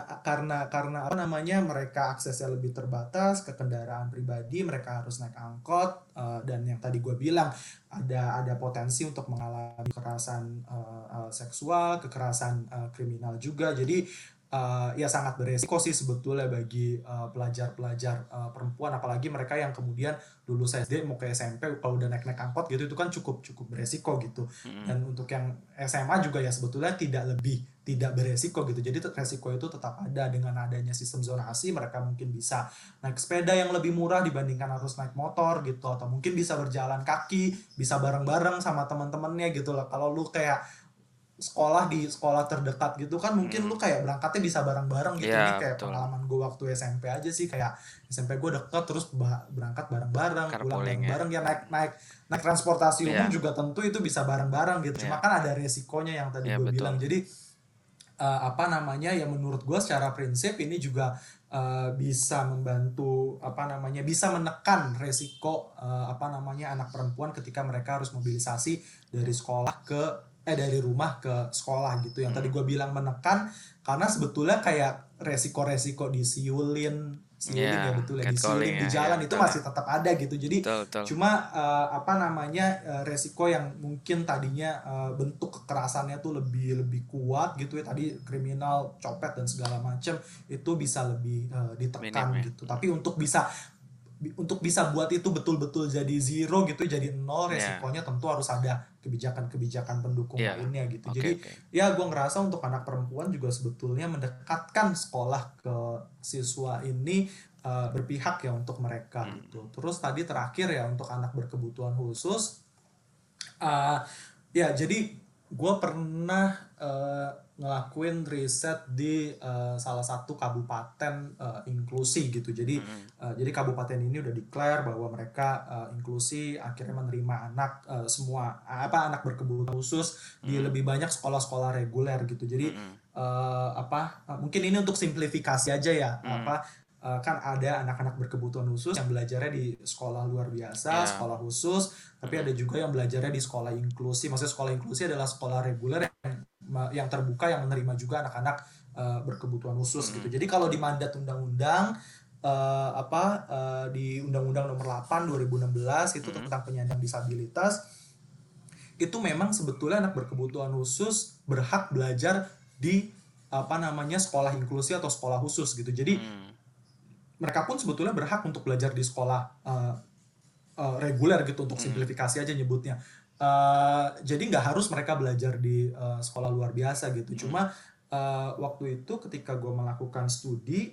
karena apa namanya mereka aksesnya lebih terbatas ke kendaraan pribadi, mereka harus naik angkot, dan yang tadi gue bilang ada potensi untuk mengalami kekerasan seksual, kekerasan kriminal juga. Jadi ya sangat beresiko sih sebetulnya bagi pelajar-pelajar perempuan, apalagi mereka yang kemudian lulus SD mau ke SMP, kalau udah naik-naik angkot gitu itu kan cukup cukup beresiko gitu. Mm. Dan untuk yang SMA juga ya sebetulnya tidak beresiko gitu. Jadi resiko itu tetap ada. Dengan adanya sistem zonasi, mereka mungkin bisa naik sepeda yang lebih murah dibandingkan harus naik motor gitu, atau mungkin bisa berjalan kaki, bisa bareng-bareng sama teman-temannya gitu lah. Kalau lu kayak sekolah di sekolah terdekat gitu kan, mungkin lu Mm. kayak berangkatnya bisa bareng-bareng gitu. Ini Ya kayak betul. pengalaman gue waktu SMP aja sih, kayak SMP gue deket, terus berangkat bareng-bareng, pulang Carpooling ya. bareng-bareng ya, naik naik naik transportasi umum Ya. juga tentu itu bisa bareng-bareng gitu. Cuma Ya. kan ada resikonya yang tadi Ya gue betul. bilang. Jadi apa namanya ya menurut gue secara prinsip ini juga bisa membantu apa namanya bisa menekan resiko apa namanya anak perempuan ketika mereka harus mobilisasi dari sekolah dari rumah ke sekolah gitu. Yang tadi Mm. gue bilang menekan karena sebetulnya kayak resiko-resiko siulin ya, Ya, betul ya, catcalling disiulin di ya, ya jalan itu betul ya. masih tetap ada gitu. Jadi Betul, betul. cuma resiko yang mungkin tadinya bentuk kekerasannya tuh lebih lebih kuat gitu ya, tadi kriminal, copet dan segala macam, itu bisa lebih Minim ditekan ya. gitu. Tapi untuk bisa buat itu betul-betul jadi zero gitu, jadi nol, Ya, resikonya tentu harus ada kebijakan-kebijakan pendukung ya. lainnya gitu. Oke, Jadi oke. ya gue ngerasa untuk anak perempuan juga sebetulnya mendekatkan sekolah ke siswa ini berpihak ya untuk mereka gitu. Terus tadi terakhir ya untuk anak berkebutuhan khusus, uh, ya jadi gue pernah ngelakuin riset di salah satu kabupaten inklusi gitu. Jadi kabupaten ini udah declare bahwa mereka inklusi, akhirnya menerima anak semua anak berkebutuhan khusus di lebih banyak sekolah-sekolah reguler gitu. Jadi mungkin ini untuk simplifikasi aja ya, kan ada anak-anak berkebutuhan khusus yang belajarnya di sekolah luar biasa, Ya. sekolah khusus, tapi ada juga yang belajarnya di sekolah inklusi. Maksudnya sekolah inklusi adalah sekolah reguler yang terbuka, yang menerima juga anak-anak berkebutuhan khusus gitu. Jadi kalau di mandat undang-undang di Undang-Undang Nomor 8 2016 itu tentang penyandang disabilitas, itu memang sebetulnya anak berkebutuhan khusus berhak belajar di sekolah inklusi atau sekolah khusus gitu. Jadi mereka pun sebetulnya berhak untuk belajar di sekolah reguler gitu, untuk simplifikasi aja nyebutnya. Jadi nggak harus mereka belajar di sekolah luar biasa gitu. Cuma waktu itu ketika gue melakukan studi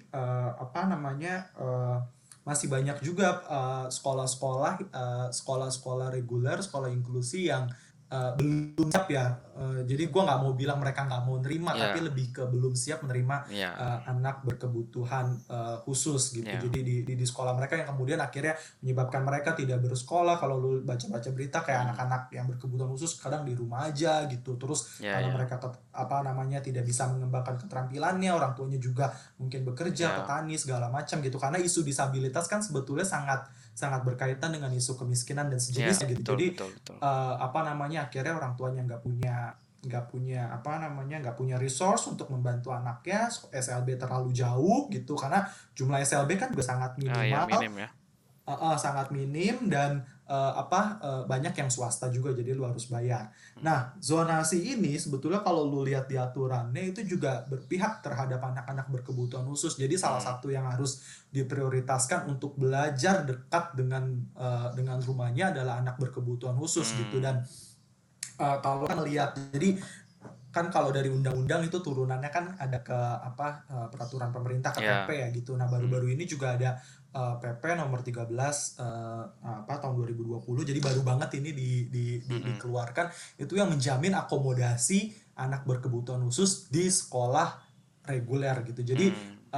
masih banyak juga sekolah-sekolah reguler, sekolah inklusi yang belum siap ya. Jadi gue nggak mau bilang mereka nggak mau nerima, Ya. tapi lebih ke belum siap menerima Ya. anak berkebutuhan khusus gitu. Ya. Jadi di sekolah mereka, yang kemudian akhirnya menyebabkan mereka tidak bersekolah. Kalau lu baca-baca berita kayak anak-anak yang berkebutuhan khusus kadang di rumah aja gitu. Terus karena mereka tidak bisa mengembangkan keterampilannya, orang tuanya juga mungkin bekerja, petani segala macam gitu. Karena isu disabilitas kan sebetulnya sangat berkaitan dengan isu kemiskinan dan sejenisnya gitu. Jadi betul. akhirnya orang tuanya nggak punya resource untuk membantu anaknya. SLB terlalu jauh gitu, karena jumlah SLB kan juga sangat minimal, minim ya. sangat minim, dan banyak yang swasta juga, jadi lu harus bayar. Nah, zonasi ini sebetulnya kalau lu lihat di aturannya itu juga berpihak terhadap anak-anak berkebutuhan khusus. Jadi salah satu yang harus diprioritaskan untuk belajar dekat dengan rumahnya adalah anak berkebutuhan khusus gitu. Dan kalau kan lihat, jadi kan kalau dari undang-undang itu turunannya kan ada ke peraturan pemerintah, ke PP ya gitu. Nah, baru-baru ini juga ada PP nomor 13 tahun 2020. Jadi baru banget ini dikeluarkan, itu yang menjamin akomodasi anak berkebutuhan khusus di sekolah reguler gitu. Jadi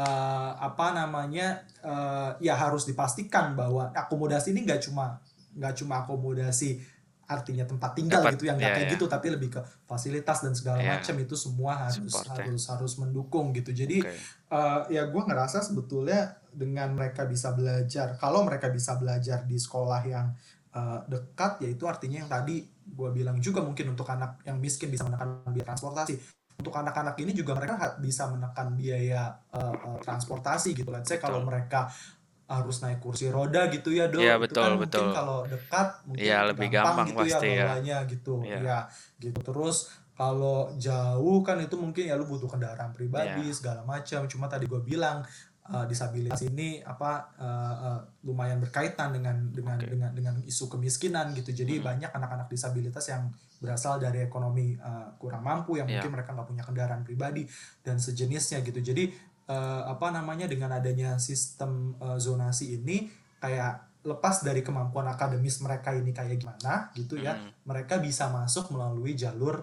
ya harus dipastikan bahwa akomodasi ini nggak cuma akomodasi artinya tempat tinggal gitu, yang nggak kayak gitu, tapi lebih ke fasilitas dan segala macam, itu semua harus mendukung gitu. Jadi ya gue ngerasa sebetulnya dengan mereka bisa belajar, kalau mereka bisa belajar di sekolah yang dekat, yaitu artinya yang tadi gue bilang juga, mungkin untuk anak yang miskin bisa menekan biaya transportasi. Untuk anak-anak ini juga mereka bisa menekan biaya transportasi gitu. Let's say kalau mereka harus naik kursi roda gitu ya, Ya, itu kan mungkin kalau dekat mungkin lebih gampang gitu pasti ya bawanya gitu ya gitu. Terus kalau jauh kan itu mungkin ya lu butuh kendaraan pribadi segala macam. Cuma tadi gue bilang disabilitas ini lumayan berkaitan dengan isu kemiskinan gitu. Jadi banyak anak-anak disabilitas yang berasal dari ekonomi kurang mampu, yang mungkin mereka nggak punya kendaraan pribadi dan sejenisnya gitu. Jadi dengan adanya sistem zonasi ini, kayak lepas dari kemampuan akademis mereka ini kayak gimana gitu ya, mereka bisa masuk melalui jalur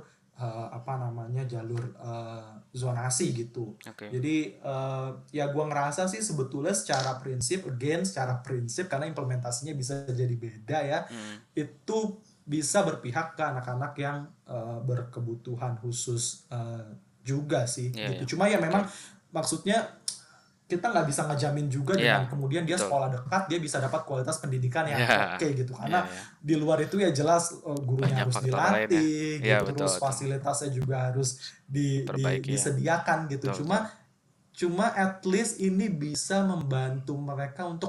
zonasi gitu. Jadi ya gue ngerasa sih sebetulnya secara prinsip karena implementasinya bisa jadi beda ya, itu bisa berpihak ke anak-anak yang berkebutuhan khusus juga sih gitu. Cuma ya memang maksudnya kita nggak bisa ngejamin juga dengan kemudian dia sekolah dekat dia bisa dapat kualitas pendidikan yang oke gitu, karena di luar itu ya jelas gurunya harus dilatih gitu, terus fasilitasnya juga harus disediakan gitu. Cuma at least ini bisa membantu mereka untuk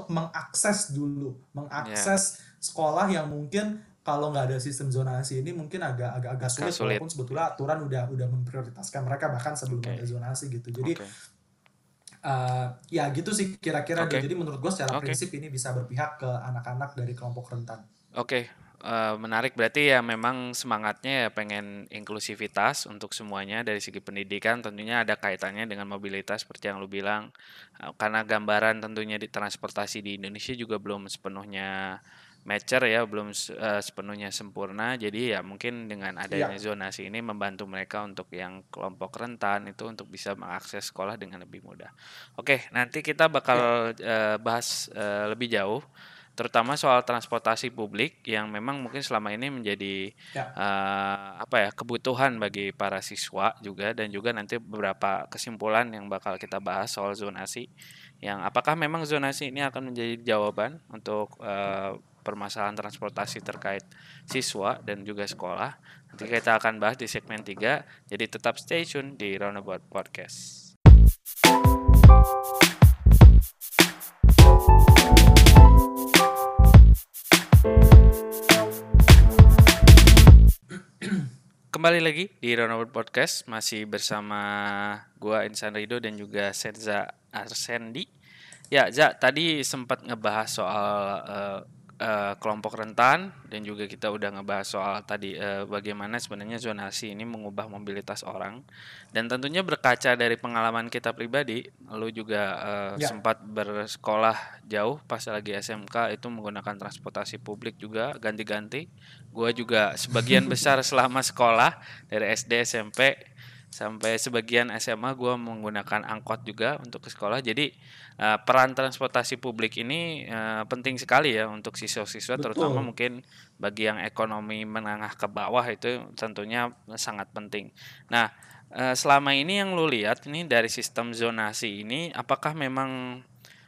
Ya, mengakses sekolah yang mungkin kalau nggak ada sistem zonasi ini mungkin agak agak sulit, sulit. walaupun sebetulnya aturan udah memprioritaskan mereka bahkan sebelum ada Oke, zonasi gitu. Jadi oke, ya gitu sih kira-kira Do. oke, Jadi menurut gue secara oke. prinsip ini bisa berpihak ke anak-anak dari kelompok rentan. Oke, menarik. Berarti ya memang semangatnya ya pengen inklusivitas untuk semuanya dari segi pendidikan. Tentunya ada kaitannya dengan mobilitas seperti yang lu bilang. Karena gambaran tentunya di transportasi di Indonesia juga belum sepenuhnya mature ya, belum sepenuhnya sempurna. Jadi ya mungkin dengan adanya Iya, zonasi ini membantu mereka untuk yang kelompok rentan itu untuk bisa mengakses sekolah dengan lebih mudah. Oke, nanti kita iya, bakal bahas lebih jauh terutama soal transportasi publik yang memang mungkin selama ini menjadi iya, apa ya kebutuhan bagi para siswa juga dan juga nanti beberapa kesimpulan yang bakal kita bahas soal zonasi yang apakah memang zonasi ini akan menjadi jawaban untuk permasalahan transportasi terkait siswa dan juga sekolah. Nanti kita akan bahas di segmen 3. Jadi tetap stay tune di Roundabout Podcast. Kembali lagi di Roundabout Podcast masih bersama gua Insan Rido dan juga Senza Arsendi. Ya, Ja, tadi sempat ngebahas soal kelompok rentan dan juga kita udah ngebahas soal tadi bagaimana sebenarnya zonasi ini mengubah mobilitas orang. Dan tentunya berkaca dari pengalaman kita pribadi, lu juga iya. sempat bersekolah jauh pas lagi SMK itu menggunakan transportasi publik juga ganti-ganti. Gua juga sebagian besar selama sekolah dari SD, SMP sampai sebagian SMA gua menggunakan angkot juga untuk ke sekolah. Jadi peran transportasi publik ini penting sekali ya untuk siswa-siswa terutama Betul. mungkin bagi yang ekonomi menengah ke bawah itu tentunya sangat penting. Nah, selama ini yang lu lihat ini dari sistem zonasi ini apakah memang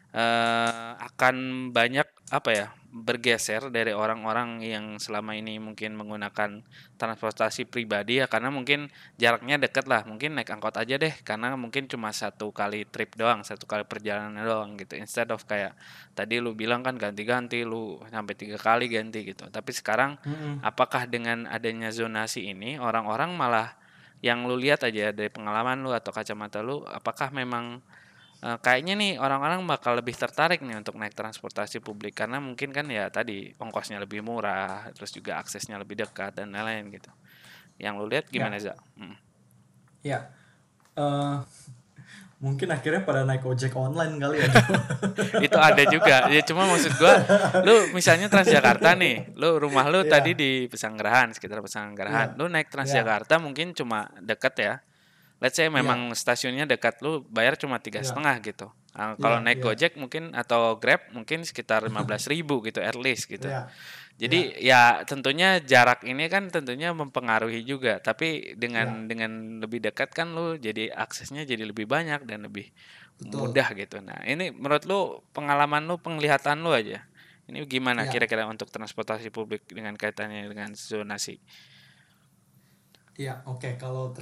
akan banyak apa ya bergeser dari orang-orang yang selama ini mungkin menggunakan transportasi pribadi ya karena mungkin jaraknya deket lah mungkin naik angkot aja deh karena mungkin cuma satu kali trip doang satu kali perjalanan doang gitu instead of kayak tadi lu bilang kan ganti-ganti lu sampai 3 kali ganti gitu tapi sekarang Mm-mm. apakah dengan adanya zonasi ini orang-orang malah yang lu lihat aja dari pengalaman lu atau kacamata lu apakah memang kayaknya nih orang-orang bakal lebih tertarik nih untuk naik transportasi publik karena mungkin kan ya tadi ongkosnya lebih murah, terus juga aksesnya lebih dekat dan lain-lain gitu. Yang lu lihat gimana Ya, Za? ya. Eh, Mungkin akhirnya pada naik ojek online kali ya, Do. Itu ada juga. Ya cuma maksud gua, lu misalnya Transjakarta nih, lu rumah lu tadi Iya, di Pesanggerahan, sekitar Pesanggerahan. iya, Lu naik iya, Transjakarta mungkin cuma deket ya. Let's say iya, memang stasiunnya dekat, lu bayar cuma tiga iya, setengah gitu. Kalau iya, naik iya, Gojek mungkin atau Grab mungkin sekitar 15.000 gitu at least gitu. iya, iya, Jadi ya tentunya jarak ini kan tentunya mempengaruhi juga, tapi iya, dengan lebih dekat kan lu jadi aksesnya jadi lebih banyak dan lebih betul. mudah gitu. Nah, ini menurut lu pengalaman lu, penglihatan lu aja. Ini gimana Iya, kira-kira untuk transportasi publik dengan kaitannya dengan zonasi? iya, oke. Kalau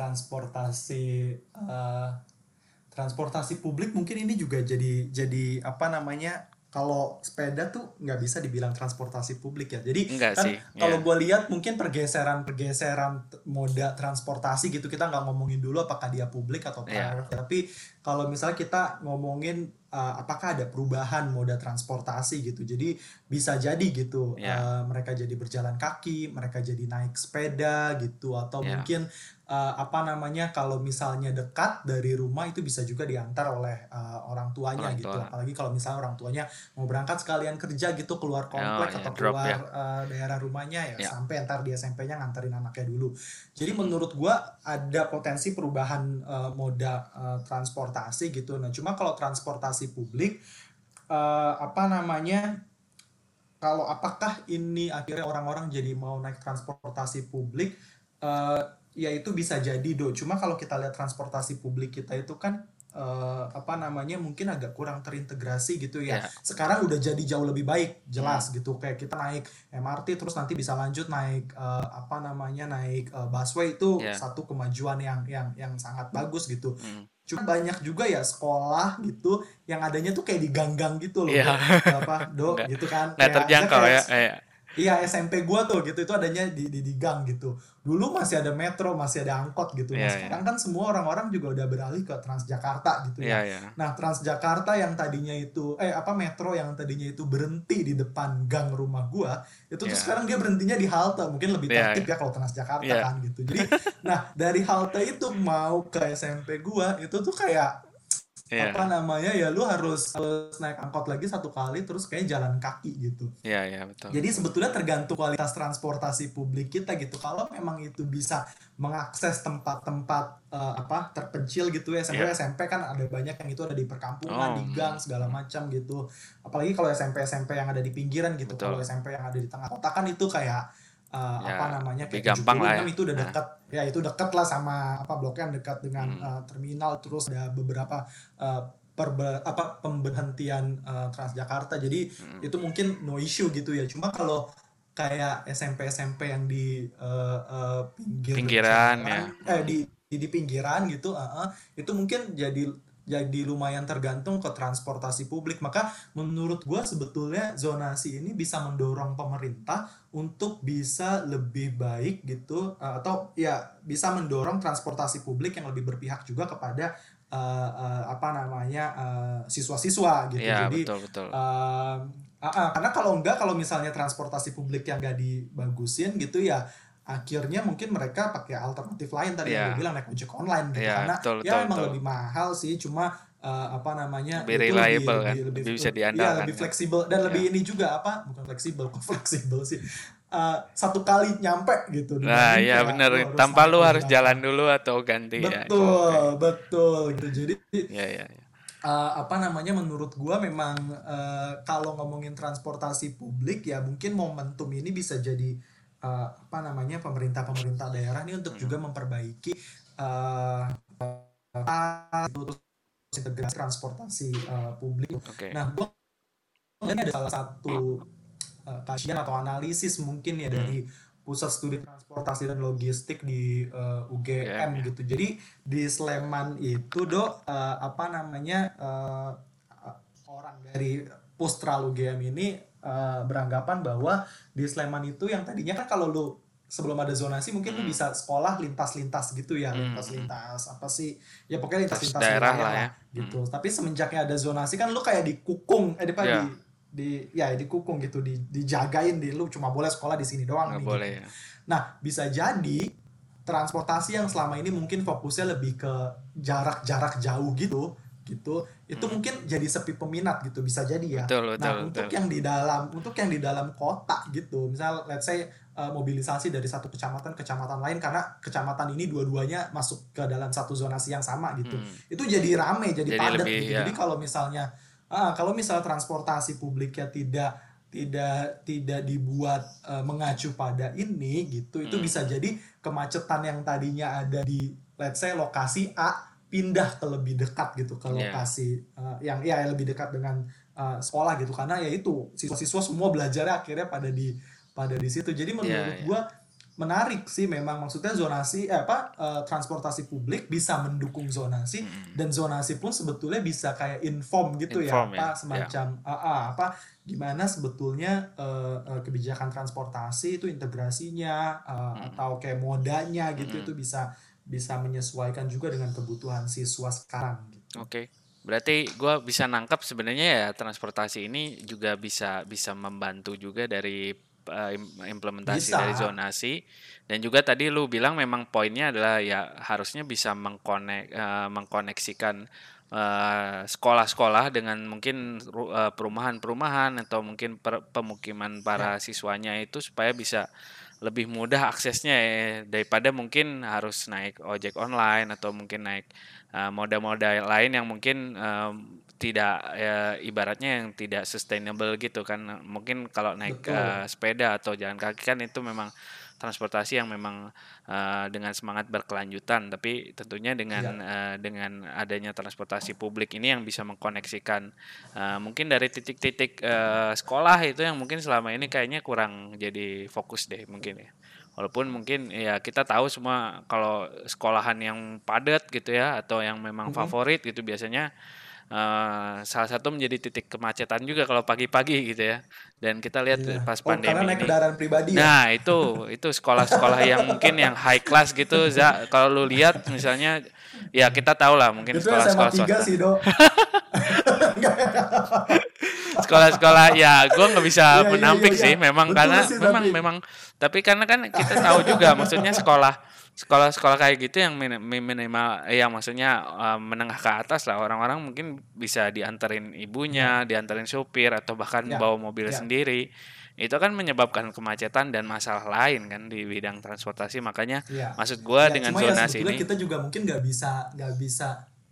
eh, transportasi publik mungkin ini juga jadi apa namanya, kalau sepeda tuh nggak bisa dibilang transportasi publik ya. Jadi Enggak kan sih, ya. kalau gue lihat mungkin pergeseran moda transportasi gitu, kita nggak ngomongin dulu apakah dia publik atau Ya, private, tapi kalau misalnya kita ngomongin apakah ada perubahan moda transportasi gitu, jadi bisa jadi gitu ya, mereka jadi berjalan kaki, mereka jadi naik sepeda gitu, atau ya. mungkin apa namanya, kalau misalnya dekat dari rumah itu bisa juga diantar oleh orang tuanya Orang gitu, tua. apalagi kalau misalnya orang tuanya mau berangkat sekalian kerja gitu keluar Oh, komplek ya atau drop keluar ya. daerah rumahnya, ya Ya. sampai ntar di SMP-nya nganterin anaknya dulu. Jadi Mm-mm. menurut gua ada potensi perubahan moda transportasi gitu. Nah cuma kalau transportasi publik apa namanya, kalau apakah ini akhirnya orang-orang jadi mau naik transportasi publik, ya itu bisa jadi, Do. Cuma kalau kita lihat transportasi publik kita itu kan apa namanya mungkin agak kurang terintegrasi gitu ya. Ya. Sekarang udah jadi jauh lebih baik, Hmm. jelas gitu. Kayak kita naik MRT terus nanti bisa lanjut naik apa namanya naik busway, itu Ya. satu kemajuan yang sangat bagus gitu. Hmm. Cuma banyak juga ya sekolah gitu yang adanya tuh kayak di gang-gang gitu loh, Iya. apa Do nggak gitu kan. nggak Kayak misalnya terjangkau kayak ya. iya SMP gua tuh gitu itu adanya di gang gitu. Dulu masih ada metro, masih ada angkot gitu. Nah, Iya, iya. sekarang kan semua orang-orang juga udah beralih ke Transjakarta gitu Iya, ya. iya. Nah, Transjakarta yang tadinya itu apa metro yang tadinya itu berhenti di depan gang rumah gua, itu tuh Iya. sekarang dia berhentinya di halte. Mungkin lebih Iya, tertib iya. ya kalau Transjakarta Iya. kan gitu. Jadi, nah dari halte itu mau ke SMP gua itu tuh kayak apa Iya. namanya ya lu harus naik angkot lagi satu kali terus kayak jalan kaki gitu. Iya, iya, betul, Jadi betul. sebetulnya tergantung kualitas transportasi publik kita gitu. Kalau memang itu bisa mengakses tempat-tempat apa terpencil gitu ya, SMP Iya. SMP kan ada banyak yang itu ada di perkampungan, Oh, di gang segala macam gitu. Apalagi kalau SMP SMP yang ada di pinggiran gitu. Kalau betul. SMP yang ada di tengah kota kan itu kayak apa Ya, namanya lebih kayak gampang lah 70-an ya. kan itu udah Nah. dekat. Ya itu dekat lah sama apa bloknya dekat dengan Hmm. terminal terus ada beberapa pemberhentian Transjakarta. Jadi Hmm. itu mungkin no issue gitu ya. Cuma kalau kayak SMP SMP yang di pinggir Pinggiran ya. jalan di pinggiran gitu, itu mungkin jadi lumayan tergantung ke transportasi publik. Maka menurut gua sebetulnya zonasi ini bisa mendorong pemerintah untuk bisa lebih baik gitu, atau ya bisa mendorong transportasi publik yang lebih berpihak juga kepada apa namanya siswa-siswa gitu. Iya, Jadi betul, betul. karena kalau misalnya transportasi publik yang gak dibagusin gitu ya akhirnya mungkin mereka pakai alternatif lain tadi yang gue Iya. bilang naik ojek online gitu, Iya, karena betul, betul, ya emang betul. lebih mahal sih, cuma apa namanya Lebih itu lebih reliable kan, lebih lebih lebih bisa ya diandalkan lebih kan. fleksibel dan Ya. lebih ini juga apa bukan fleksibel kok fleksibel sih. Satu kali nyampe gitu Nah, dibanding ya kayak bener. lu harus Tanpa naik lu harus jalan beberapa. dulu atau ganti ya. Oke. Betul, betul gitu. Jadi Ya, ya, ya. apa namanya menurut gua memang kalau ngomongin transportasi publik ya mungkin momentum ini bisa jadi apa namanya pemerintah daerah ini untuk Mm-mm. juga memperbaiki uh, terus integrasi transportasi publik. Oke. Nah, gua ini ada salah satu kajian atau analisis mungkin ya Hmm. dari Pusat Studi Transportasi dan Logistik di UGM UGM ya. gitu. Jadi di Sleman itu Dok apa namanya orang dari Pustral UGM ini beranggapan bahwa di Sleman itu yang tadinya kan kalau lu sebelum ada zonasi mungkin lu Mm-mm. bisa sekolah lintas-lintas gitu ya, Mm-mm. lintas-lintas apa sih ya pokoknya Terus lintas-lintas daerah wilayah lah lah ya. gitu. Tapi semenjaknya ada zonasi kan lu kayak dikukung apa Ya, ya dikukung gitu, dijagain di lu cuma boleh sekolah di sini doang nggak nih boleh gitu. ya. Nah, bisa jadi transportasi yang selama ini mungkin fokusnya lebih ke jarak-jarak jauh gitu itu Hmm. mungkin jadi sepi peminat gitu, bisa jadi ya. Betul, betul, Nah, betul. untuk yang di dalam kota gitu, misal let's say mobilisasi dari satu kecamatan ke kecamatan lain karena kecamatan ini dua-duanya masuk ke dalam satu zonasi yang sama gitu. Hmm. Itu jadi rame, jadi Jadi padat lebih gitu. ya. Jadi kalau misalnya transportasi publiknya tidak dibuat mengacu pada ini gitu, itu Hmm. bisa jadi kemacetan yang tadinya ada di let's say lokasi A pindah ke lebih dekat gitu ke Ya. lokasi yang ya lebih dekat dengan sekolah gitu, karena ya itu siswa-siswa semua belajarnya akhirnya pada di situ. Jadi Ya, menurut ya. gua menarik sih memang, maksudnya transportasi publik bisa mendukung zonasi, Mm-mm. dan zonasi pun sebetulnya bisa kayak inform gitu ya, Inform ya. apa Ya. semacam apa gimana sebetulnya kebijakan transportasi itu integrasinya Mm-mm. atau kayak modanya gitu, Mm-mm. itu bisa bisa menyesuaikan juga dengan kebutuhan siswa sekarang gitu. Oke. Berarti gue bisa nangkap sebenarnya ya transportasi ini juga bisa bisa membantu juga dari implementasi Bisa. dari zonasi, dan juga tadi lu bilang memang poinnya adalah ya harusnya bisa mengkoneksikan sekolah-sekolah dengan mungkin perumahan-perumahan atau mungkin pemukiman para Ya, siswanya itu supaya bisa lebih mudah aksesnya ya, daripada mungkin harus naik ojek online atau mungkin naik moda-moda lain yang mungkin tidak ya, ibaratnya yang tidak sustainable gitu kan. Mungkin kalau naik betul. sepeda atau jalan kaki kan itu memang transportasi yang memang dengan semangat berkelanjutan, tapi tentunya Iya, dengan adanya transportasi publik ini yang bisa mengkoneksikan mungkin dari titik-titik sekolah itu yang mungkin selama ini kayaknya kurang jadi fokus deh mungkin ya. Walaupun mungkin ya kita tahu semua kalau sekolahan yang padat gitu ya atau yang memang mm-mm. favorit gitu biasanya salah satu menjadi titik kemacetan juga kalau pagi-pagi gitu ya. Dan kita lihat Iya. pas Oh, karena pandemi naik ini. kendaraan pribadi ya? Nah, itu sekolah-sekolah yang mungkin yang high class gitu, kalau lu lihat misalnya ya kita tahu lah mungkin Itu SMA sekolah-sekolah 3 swasta. sih, Dok. Sekolah-sekolah ya gue nggak bisa Iya, iya, iya, menampik iya. sih memang Betul karena sih memang tapi. memang tapi karena kan kita tahu juga maksudnya sekolah-sekolah kayak gitu yang minimal ya maksudnya menengah ke atas lah orang-orang mungkin bisa diantarin Ya, ibunya, diantarin supir atau bahkan ya, bawa mobil ya, sendiri. Itu kan menyebabkan kemacetan dan masalah lain kan di bidang transportasi. Makanya ya. maksud gue Ya, dengan cuma ya zonasi sebetulnya ini kita juga mungkin nggak bisa.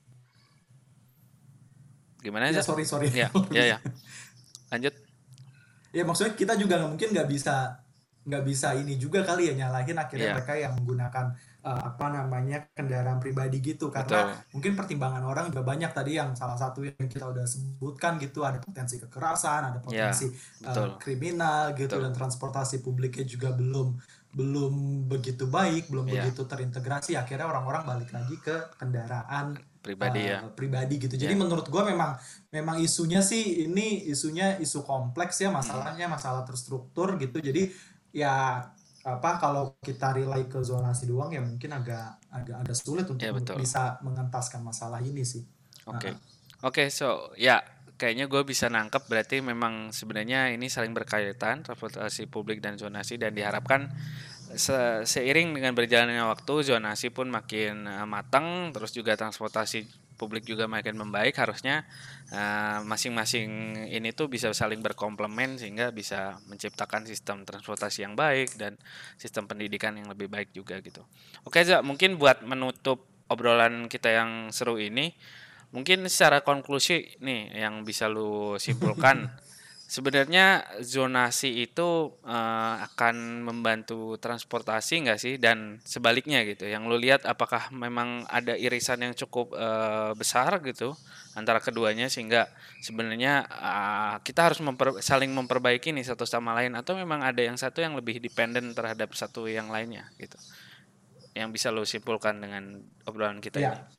gimana Ya, sih? sorry, sorry. Ya, ya, ya. Lanjut. Ya, maksudnya kita juga mungkin nggak bisa ini juga kali ya nyalahin akhirnya Ya, mereka yang menggunakan apa namanya kendaraan pribadi gitu, karena betul. mungkin pertimbangan orang juga banyak tadi yang salah satu yang kita udah sebutkan gitu, ada potensi kekerasan, ada Ya, potensi betul. kriminal gitu, Betul. dan transportasi publiknya juga belum belum begitu baik, belum Ya, begitu terintegrasi, akhirnya orang-orang balik lagi ke kendaraan pribadi ya. pribadi gitu. Jadi Ya. menurut gue memang memang isunya sih ini isunya isu kompleks ya, Mm, masalahnya masalah terstruktur gitu. Jadi ya apa kalau kita rely ke zonasi doang ya mungkin agak sulit untuk ya betul. bisa mengentaskan masalah ini sih. Oke. Oke, so ya kayaknya gue bisa nangkep berarti memang sebenarnya ini saling berkaitan transportasi publik dan zonasi dan diharapkan seiring dengan berjalannya waktu zonasi pun makin matang terus juga transportasi publik juga makin membaik harusnya masing-masing ini tuh bisa saling berkomplement sehingga bisa menciptakan sistem transportasi yang baik dan sistem pendidikan yang lebih baik juga gitu. Oke, Za, mungkin buat menutup obrolan kita yang seru ini, mungkin secara konklusi nih yang bisa lu simpulkan, sebenarnya zonasi itu akan membantu transportasi nggak sih? Dan sebaliknya gitu, yang lu lihat apakah memang ada irisan yang cukup besar gitu antara keduanya sehingga sebenarnya kita harus saling memperbaiki nih satu sama lain atau memang ada yang satu yang lebih dependen terhadap satu yang lainnya gitu. Yang bisa lu simpulkan dengan obrolan kita ini. Iya,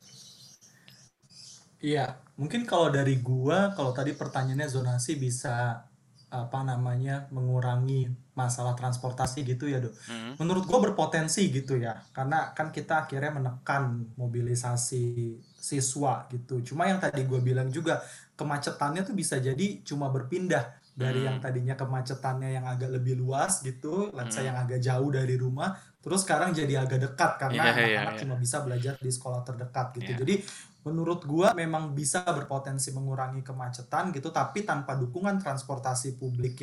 iya. Mungkin kalau dari gua, kalau tadi pertanyaannya zonasi bisa apa namanya mengurangi masalah transportasi gitu ya, Do. Mhm. Menurut gua berpotensi gitu ya, karena kan kita akhirnya menekan mobilisasi siswa gitu. Cuma yang tadi gua bilang juga kemacetannya tuh bisa jadi cuma berpindah dari yang Mhm. tadinya kemacetannya yang agak lebih luas gitu, let's say Mhm. yang agak jauh dari rumah, terus sekarang jadi agak dekat Iya, karena iya, anak-anak iya. cuma bisa belajar di sekolah terdekat gitu. Iya. Jadi menurut gua memang bisa berpotensi mengurangi kemacetan gitu, tapi tanpa dukungan transportasi publik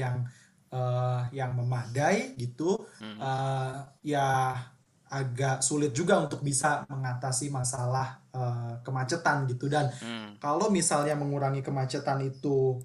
yang memadai gitu, Mhm. eh, ya agak sulit juga untuk bisa mengatasi masalah kemacetan gitu. Dan Mhm. kalau misalnya mengurangi kemacetan itu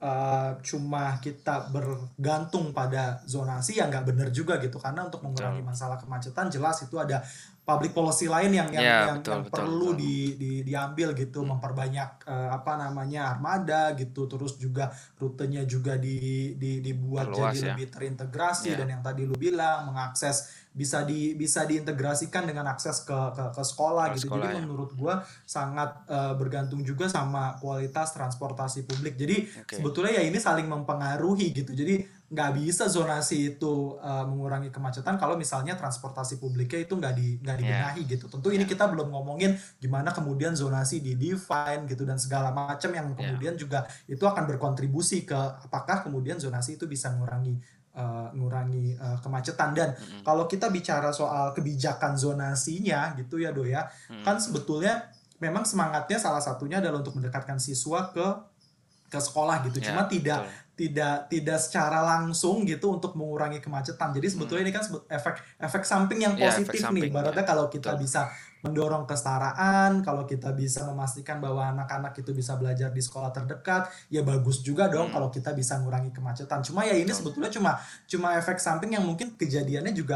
cuma kita bergantung pada zonasi ya nggak benar juga gitu, karena untuk mengurangi Betul. masalah kemacetan jelas itu ada public policy lain yang yang Iya, yang betul, yang betul, perlu betul. diambil gitu, Mhm. memperbanyak apa namanya armada gitu, terus juga rutenya juga dibuat Perluas jadi ya. lebih terintegrasi, Iya, dan yang tadi lu bilang mengakses bisa diintegrasikan dengan akses ke sekolah kalau gitu. Jadi sekolah ya. menurut Mhm. gua sangat bergantung juga sama kualitas transportasi publik. Jadi Oke. sebetulnya ya ini saling mempengaruhi gitu. Jadi nggak bisa zonasi itu mengurangi kemacetan kalau misalnya transportasi publiknya itu nggak Ya, dibenahi gitu. Tentu ini ya, kita belum ngomongin gimana kemudian zonasi di define gitu dan segala macam yang ya. kemudian juga itu akan berkontribusi ke apakah kemudian zonasi itu bisa ngurangi kemacetan. Dan Mhm. kalau kita bicara soal kebijakan zonasinya gitu ya, Do ya, kan Mhm. sebetulnya memang semangatnya salah satunya adalah untuk mendekatkan siswa ke sekolah gitu, cuma Ya, tidak betul. tidak secara langsung gitu untuk mengurangi kemacetan. Jadi sebetulnya Mhm. ini kan efek efek samping yang Ya, efek positif nih. samping ya. Ibaratnya kalau kita Betul. bisa mendorong kesetaraan, kalau kita bisa memastikan bahwa anak-anak itu bisa belajar di sekolah terdekat, ya bagus juga dong Mhm. kalau kita bisa mengurangi kemacetan. Cuma ya ini Betul. sebetulnya cuma cuma efek samping yang mungkin kejadiannya juga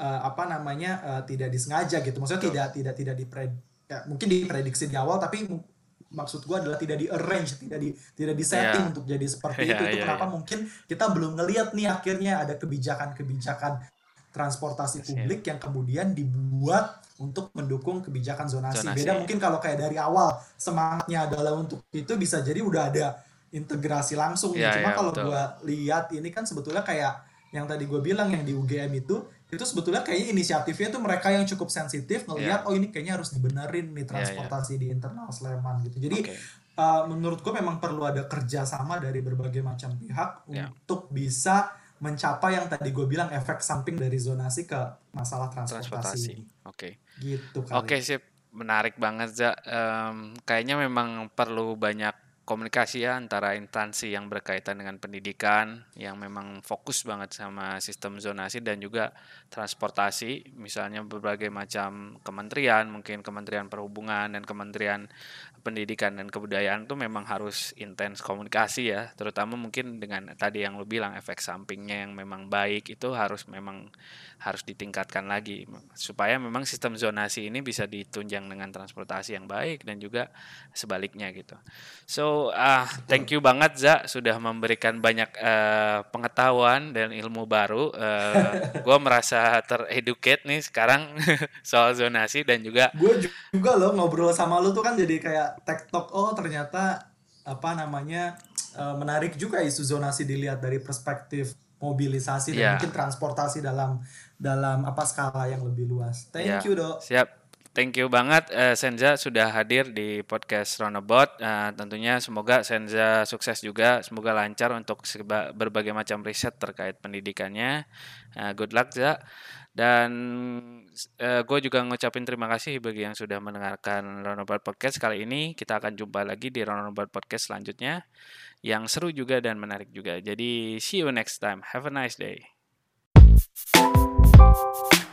tidak disengaja gitu. Maksudnya betul. tidak mungkin diprediksi di awal, tapi maksud gue adalah tidak di arrange, tidak disetting Iya, untuk jadi seperti iya, itu. Itu iya, kenapa iya. mungkin kita belum ngelihat nih akhirnya ada kebijakan-kebijakan transportasi Siap. publik yang kemudian dibuat untuk mendukung kebijakan zonasi. Beda Zonasi. mungkin kalau kayak dari awal semangatnya adalah untuk itu, bisa jadi udah ada integrasi langsung nih. Iya, Cuma iya, kalau betul. gue lihat ini kan sebetulnya kayak yang tadi gue bilang yang di UGM itu sebetulnya kayaknya inisiatifnya tuh mereka yang cukup sensitif ngelihat, Iya, oh ini kayaknya harus dibenerin nih iya, iya. transportasi di internal Sleman gitu. Jadi Oke. menurut gue memang perlu ada kerjasama dari berbagai macam pihak Ya, untuk bisa mencapai yang tadi gue bilang efek samping dari zonasi ke masalah transportasi transportasi. ini. Oke. Gitu kali. Oke, sip. Menarik banget, Za. Kayaknya memang perlu banyak komunikasi ya antara instansi yang berkaitan dengan pendidikan, yang memang fokus banget sama sistem zonasi dan juga transportasi, misalnya berbagai macam kementerian, mungkin Kementerian Perhubungan dan Kementerian Pendidikan dan Kebudayaan tuh memang harus intens komunikasi ya, terutama mungkin dengan tadi yang lu bilang efek sampingnya yang memang baik itu harus ditingkatkan lagi supaya memang sistem zonasi ini bisa ditunjang dengan transportasi yang baik dan juga sebaliknya gitu. So, thank Betul. you banget Za sudah memberikan banyak pengetahuan dan ilmu baru. Gue merasa tereducate nih sekarang soal zonasi dan juga Gue juga loh ngobrol sama lu tuh kan jadi kayak tektok, oh ternyata menarik juga isu zonasi dilihat dari perspektif mobilisasi dan ya, mungkin transportasi dalam dalam apa skala yang lebih luas. Thank ya, you, Dok. siap. Thank you banget Senza sudah hadir di podcast Roundabout. Tentunya semoga Senza sukses juga, semoga lancar untuk berbagai macam riset terkait pendidikannya. Good luck Za. Dan gue juga ngucapin terima kasih bagi yang sudah mendengarkan Roundabout Podcast kali ini. Kita akan jumpa lagi di Roundabout Podcast selanjutnya yang seru juga dan menarik juga. Jadi see you next time. Have a nice day.